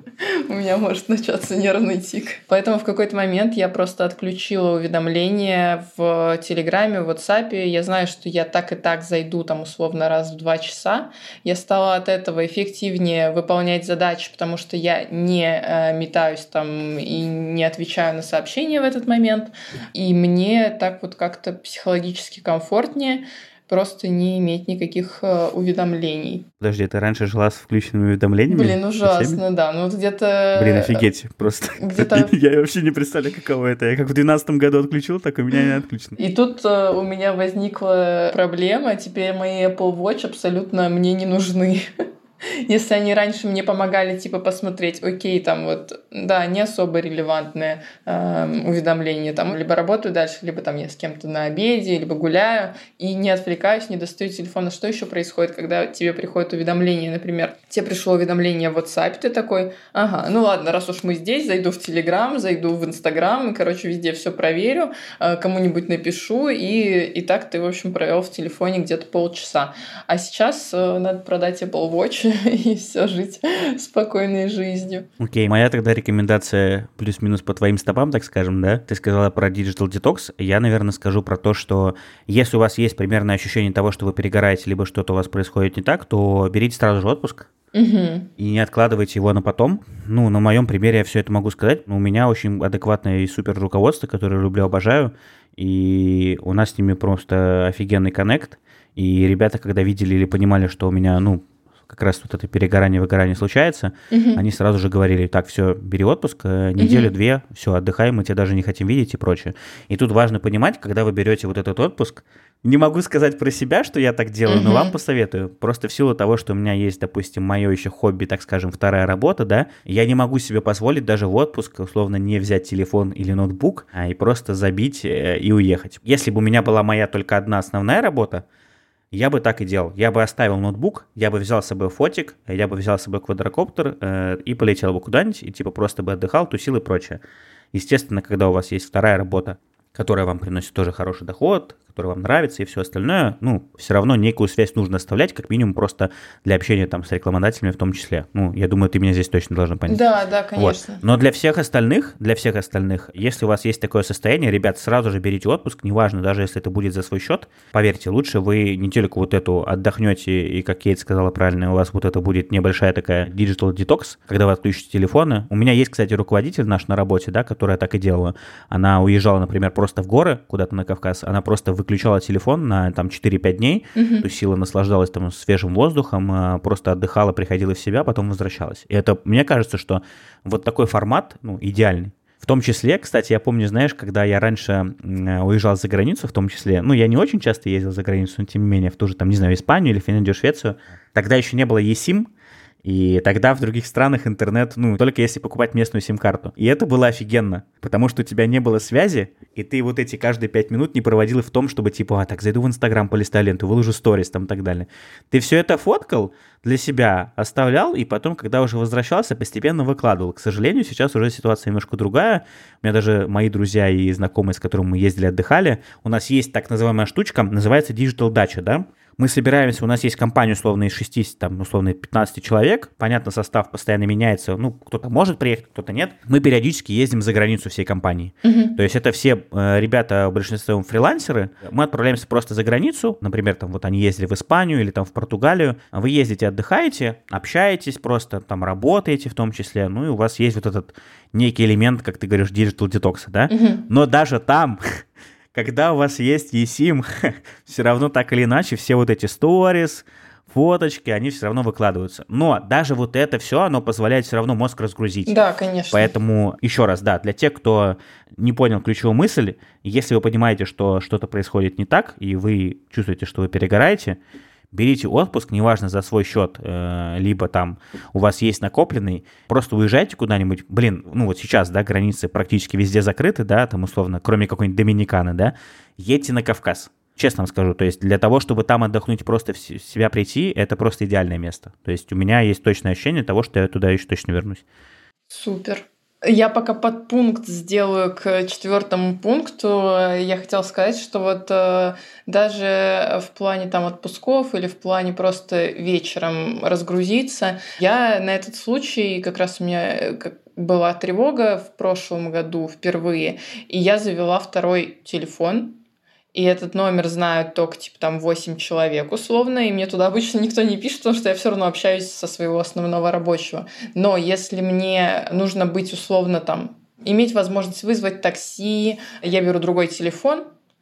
У меня может начаться нервный тик. Поэтому в какой-то момент я просто отключила уведомления в Телеграме, в WhatsApp. Я знаю, что я так и так зайду там условно раз в два часа. Я стала от этого эффективнее выполнять задачи, потому что я не э, метаюсь там и не отвечаю на сообщения в этот момент. И мне так вот как-то психологически комфортнее просто не иметь никаких э, уведомлений. Подожди, ты раньше жила с включенными уведомлениями? Блин, ужасно, да. Ну вот где-то... Блин, офигеть, просто. Где-то... Я вообще не представляю, каково это. Я как в двенадцатом году отключил, так у меня не отключено. И тут э, у меня возникла проблема. Теперь мои Apple Watch абсолютно мне не нужны. Если они раньше мне помогали, типа, посмотреть, окей, там вот, да, не особо релевантное э, уведомление, там, либо работаю дальше, либо там я с кем-то на обеде, либо гуляю, и не отвлекаюсь, не достаю телефона. Что еще происходит, когда тебе приходит уведомление, например, тебе пришло уведомление в WhatsApp, ты такой, ага, ну ладно, раз уж мы здесь, зайду в Telegram, зайду в Instagram, и, короче, везде все проверю, э, кому-нибудь напишу, и, и так ты, в общем, провел в телефоне где-то полчаса. А сейчас э, надо продать Apple Watch, и все, жить спокойной жизнью. Окей, моя тогда рекомендация плюс-минус по твоим стопам, так скажем, да? Ты сказала про Digital Detox. Я, наверное, скажу про то, что если у вас есть примерное ощущение того, что вы перегораете, либо что-то у вас происходит не так, то берите сразу же отпуск. Угу. И не откладывайте его на потом. Ну, на моем примере я все это могу сказать. У меня очень адекватное и супер руководство, которое люблю, обожаю. И у нас с ними просто офигенный коннект. И ребята, когда видели или понимали, что у меня, ну, как раз вот это перегорание, выгорание случается, uh-huh. они сразу же говорили: так, все, бери отпуск, неделю-две, uh-huh. все, отдыхай, мы тебя даже не хотим видеть и прочее. И тут важно понимать, когда вы берете вот этот отпуск, не могу сказать про себя, что я так делаю, uh-huh. но вам посоветую, просто в силу того, что у меня есть, допустим, мое еще хобби, так скажем, вторая работа, да, я не могу себе позволить даже в отпуск, условно, не взять телефон или ноутбук, а и просто забить и уехать. Если бы у меня была моя только одна основная работа, я бы так и делал. Я бы оставил ноутбук, я бы взял с собой фотик, я бы взял с собой квадрокоптер э, и полетел бы куда-нибудь, и типа просто бы отдыхал, тусил и прочее. Естественно, когда у вас есть вторая работа, которая вам приносит тоже хороший доход, который вам нравится и все остальное, ну, все равно некую связь нужно оставлять, как минимум просто для общения там с рекламодателями в том числе. Ну, я думаю, ты меня здесь точно должна понять. Да, да, конечно. Вот. Но для всех остальных, для всех остальных, если у вас есть такое состояние, ребят, сразу же берите отпуск, неважно, даже если это будет за свой счет, поверьте, лучше вы недельку вот эту отдохнете, и, как Кейт сказала правильно, у вас вот это будет небольшая такая digital detox, когда вы отключите телефоны. У меня есть, кстати, руководитель наш на работе, да, которая так и делала. Она уезжала, например, просто в горы, куда-то на Кавказ, она просто выключала телефон на там четыре-пять дней, uh-huh. тусила, наслаждалась там свежим воздухом, просто отдыхала, приходила в себя, потом возвращалась. И это, мне кажется, что вот такой формат, ну, идеальный. В том числе, кстати, я помню, знаешь, когда я раньше уезжал за границу, в том числе, ну, я не очень часто ездил за границу, но тем не менее, в ту же, там, не знаю, Испанию или Финляндию, Швецию, тогда еще не было eSIM, и тогда в других странах интернет, ну, только если покупать местную сим-карту. И это было офигенно, потому что у тебя не было связи, и ты вот эти каждые пять минут не проводил в том, чтобы типа, а, так, зайду в Инстаграм, полистаю ленту, выложу сторис там и так далее. Ты все это фоткал, для себя оставлял, и потом, когда уже возвращался, постепенно выкладывал. К сожалению, сейчас уже ситуация немножко другая. У меня даже мои друзья и знакомые, с которыми мы ездили, отдыхали, у нас есть так называемая штучка, называется Digital Дача, да? Мы собираемся, у нас есть компания, условно, из шести, там, условно, пятнадцати человек. Понятно, состав постоянно меняется. Ну, кто-то может приехать, кто-то нет. Мы периодически ездим за границу всей компании. Uh-huh. То есть это все э, ребята, в большинстве фрилансеры. Мы отправляемся просто за границу. Например, там вот они ездили в Испанию или там в Португалию. Вы ездите, отдыхаете, общаетесь просто, там работаете в том числе. Ну, и у вас есть вот этот некий элемент, как ты говоришь, digital detox, да? Uh-huh. Но даже там... Когда у вас есть eSIM, все равно так или иначе все вот эти сторис, фоточки, они все равно выкладываются. Но даже вот это все, оно позволяет все равно мозг разгрузить. Да, конечно. Поэтому, еще раз, да, для тех, кто не понял ключевую мысль, если вы понимаете, что что-то происходит не так, и вы чувствуете, что вы перегораете, берите отпуск, неважно, за свой счет, либо там у вас есть накопленный, просто уезжайте куда-нибудь, блин, ну вот сейчас, да, границы практически везде закрыты, да, там условно, кроме какой-нибудь Доминиканы, да, едьте на Кавказ, честно вам скажу, то есть для того, чтобы там отдохнуть, просто в себя прийти, это просто идеальное место, то есть у меня есть точное ощущение того, что я туда еще точно вернусь. Супер. Я пока подпункт сделаю к четвертому пункту. Я хотела сказать, что вот э, даже в плане там отпусков или в плане просто вечером разгрузиться, я на этот случай, как раз у меня как была тревога в прошлом году впервые, и я завела второй телефон. И этот номер знают только, типа, там, восемь человек условно, и мне туда обычно никто не пишет, потому что я все равно общаюсь со своего основного рабочего. Но если мне нужно быть условно там, иметь возможность вызвать такси, я беру другой телефон,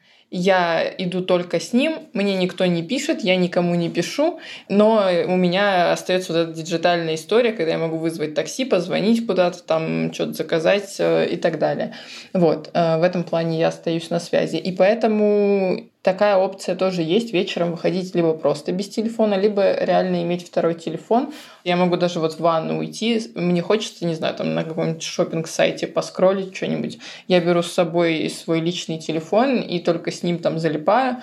я иду только с ним, мне никто не пишет, я никому не пишу, но у меня остается вот эта диджитальная история, когда я могу вызвать такси, позвонить куда-то, там что-то заказать и так далее. Вот, в этом плане я остаюсь на связи. И поэтому такая опция тоже есть, вечером выходить либо просто без телефона, либо реально иметь второй телефон. Я могу даже вот в ванну уйти, мне хочется, не знаю, там на каком-нибудь шопинг-сайте поскроллить что-нибудь. Я беру с собой свой личный телефон и только с ним там залипаю,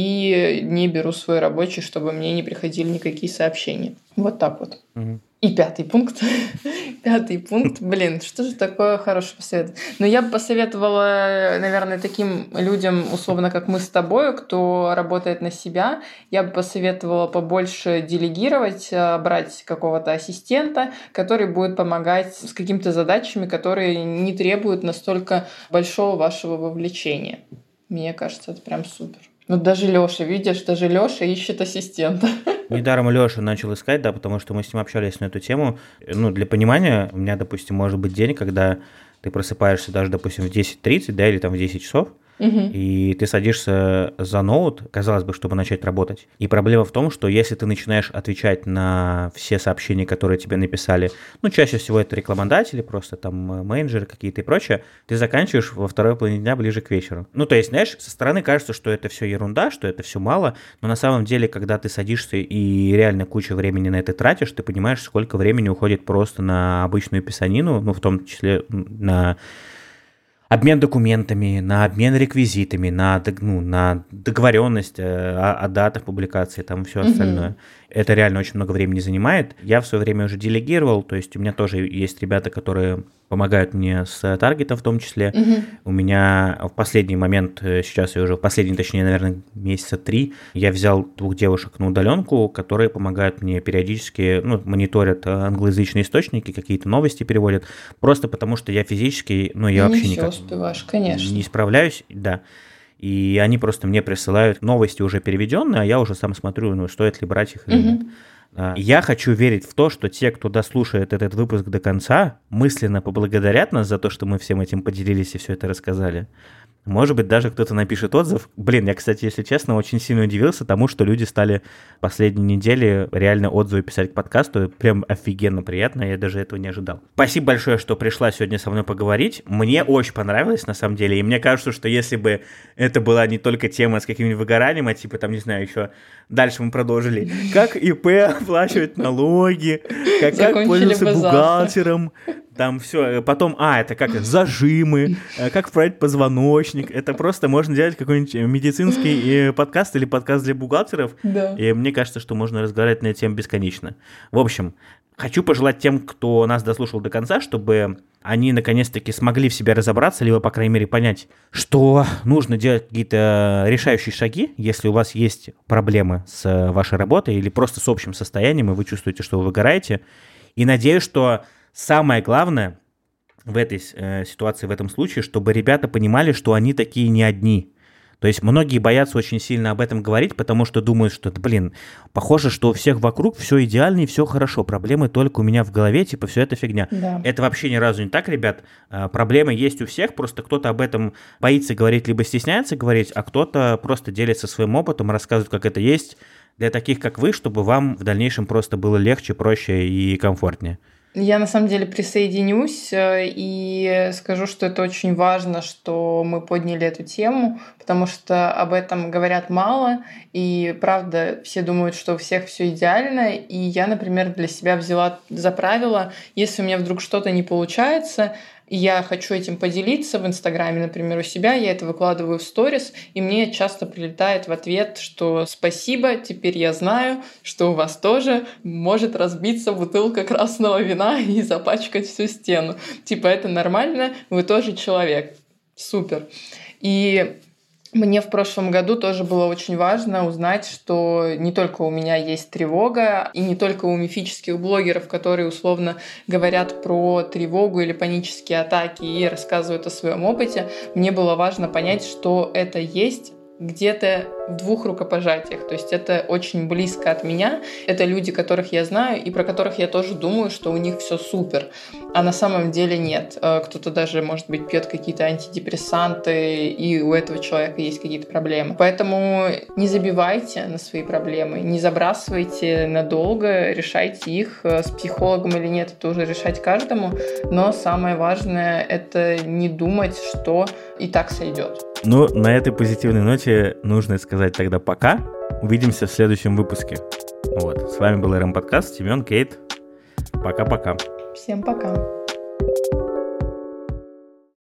и не беру свой рабочий, чтобы мне не приходили никакие сообщения. Вот так вот. Угу. И пятый пункт. Пятый пункт. Блин, что же такое хорошее посоветовать? Но я бы посоветовала, наверное, таким людям, условно, как мы с тобой, кто работает на себя, я бы посоветовала побольше делегировать, брать какого-то ассистента, который будет помогать с какими-то задачами, которые не требуют настолько большого вашего вовлечения. Мне кажется, это прям супер. Ну, даже Лёша, видишь, даже Лёша ищет ассистента. Недаром Лёша начал искать, да, потому что мы с ним общались на эту тему. Ну, для понимания, у меня, допустим, может быть день, когда ты просыпаешься даже, допустим, в десять тридцать, да, или там в десять часов, угу. И ты садишься за ноут, казалось бы, чтобы начать работать. И проблема в том, что если ты начинаешь отвечать на все сообщения, которые тебе написали, ну, чаще всего это рекламодатели, просто там менеджеры какие-то и прочее, ты заканчиваешь во второй половине дня ближе к вечеру. Ну, то есть, знаешь, со стороны кажется, что это все ерунда, что это все мало, но на самом деле, когда ты садишься и реально кучу времени на это тратишь, ты понимаешь, сколько времени уходит просто на обычную писанину, ну, в том числе на обмен документами, на обмен реквизитами, на, ну, на договоренность о, о датах публикации, там все остальное. Mm-hmm. Это реально очень много времени занимает. Я в свое время уже делегировал, то есть у меня тоже есть ребята, которые помогают мне с таргетом в том числе. Mm-hmm. У меня в последний момент, сейчас я уже, в последний, точнее, наверное, месяца три, я взял двух девушек на удаленку, которые помогают мне периодически, ну, мониторят англоязычные источники, какие-то новости переводят, просто потому что я физически, ну, я не вообще все никак успеваешь, конечно. не справляюсь, да. И они просто мне присылают новости уже переведенные, а я уже сам смотрю, ну, стоит ли брать их или mm-hmm. нет. Я хочу верить в то, что те, кто дослушает этот выпуск до конца, мысленно поблагодарят нас за то, что мы всем этим поделились и все это рассказали. Может быть, даже кто-то напишет отзыв. Блин, я, кстати, если честно, очень сильно удивился тому, что люди стали последние недели реально отзывы писать к подкасту. Прям офигенно приятно, я даже этого не ожидал. Спасибо большое, что пришла сегодня со мной поговорить. Мне очень понравилось, на самом деле. И мне кажется, что если бы это была не только тема с каким-нибудь выгоранием, а типа, там, не знаю, еще дальше мы продолжили. Как ИП оплачивать налоги, как, как пользоваться бухгалтером. Там все, потом, а, это как зажимы, как вправить позвоночник, это просто можно делать какой-нибудь медицинский подкаст или подкаст для бухгалтеров, да. И мне кажется, что можно разговаривать на эту тему бесконечно. В общем, хочу пожелать тем, кто нас дослушал до конца, чтобы они наконец-таки смогли в себе разобраться, либо, по крайней мере, понять, что нужно делать какие-то решающие шаги, если у вас есть проблемы с вашей работой или просто с общим состоянием, и вы чувствуете, что вы выгораете. И надеюсь, что самое главное в этой э, ситуации, в этом случае, чтобы ребята понимали, что они такие не одни. То есть многие боятся очень сильно об этом говорить, потому что думают, что, блин, похоже, что у всех вокруг все идеально и все хорошо, проблемы только у меня в голове, типа, все это фигня. Да. Это вообще ни разу не так, ребят. Проблемы есть у всех, просто кто-то об этом боится говорить, либо стесняется говорить, а кто-то просто делится своим опытом, рассказывает, как это есть, для таких, как вы, чтобы вам в дальнейшем просто было легче, проще и комфортнее. Я на самом деле присоединюсь и скажу, что это очень важно, что мы подняли эту тему, потому что об этом говорят мало, и правда все думают, что у всех все идеально, и я, например, для себя взяла за правило, если у меня вдруг что-то не получается, и я хочу этим поделиться в Инстаграме, например, у себя, я это выкладываю в сторис, и мне часто прилетает в ответ, что спасибо, теперь я знаю, что у вас тоже может разбиться бутылка красного вина и запачкать всю стену. Типа это нормально, вы тоже человек. Супер. И мне в прошлом году тоже было очень важно узнать, что не только у меня есть тревога, и не только у мифических блогеров, которые условно говорят про тревогу или панические атаки и рассказывают о своем опыте. Мне было важно понять, что это есть где-то в двух рукопожатиях. То есть это очень близко от меня. Это люди, которых я знаю и про которых я тоже думаю, что у них все супер. А на самом деле нет. Кто-то даже, может быть, пьет какие-то антидепрессанты, и у этого человека есть какие-то проблемы. Поэтому не забивайте на свои проблемы, не забрасывайте надолго, решайте их. С психологом или нет, это уже решать каждому. Но самое важное — это не думать, что и так сойдет. Ну, на этой позитивной ноте нужно сказать тогда пока. Увидимся в следующем выпуске. Вот. С вами был эр эм Подкаст, Семен, Кейт. Пока-пока. Всем пока.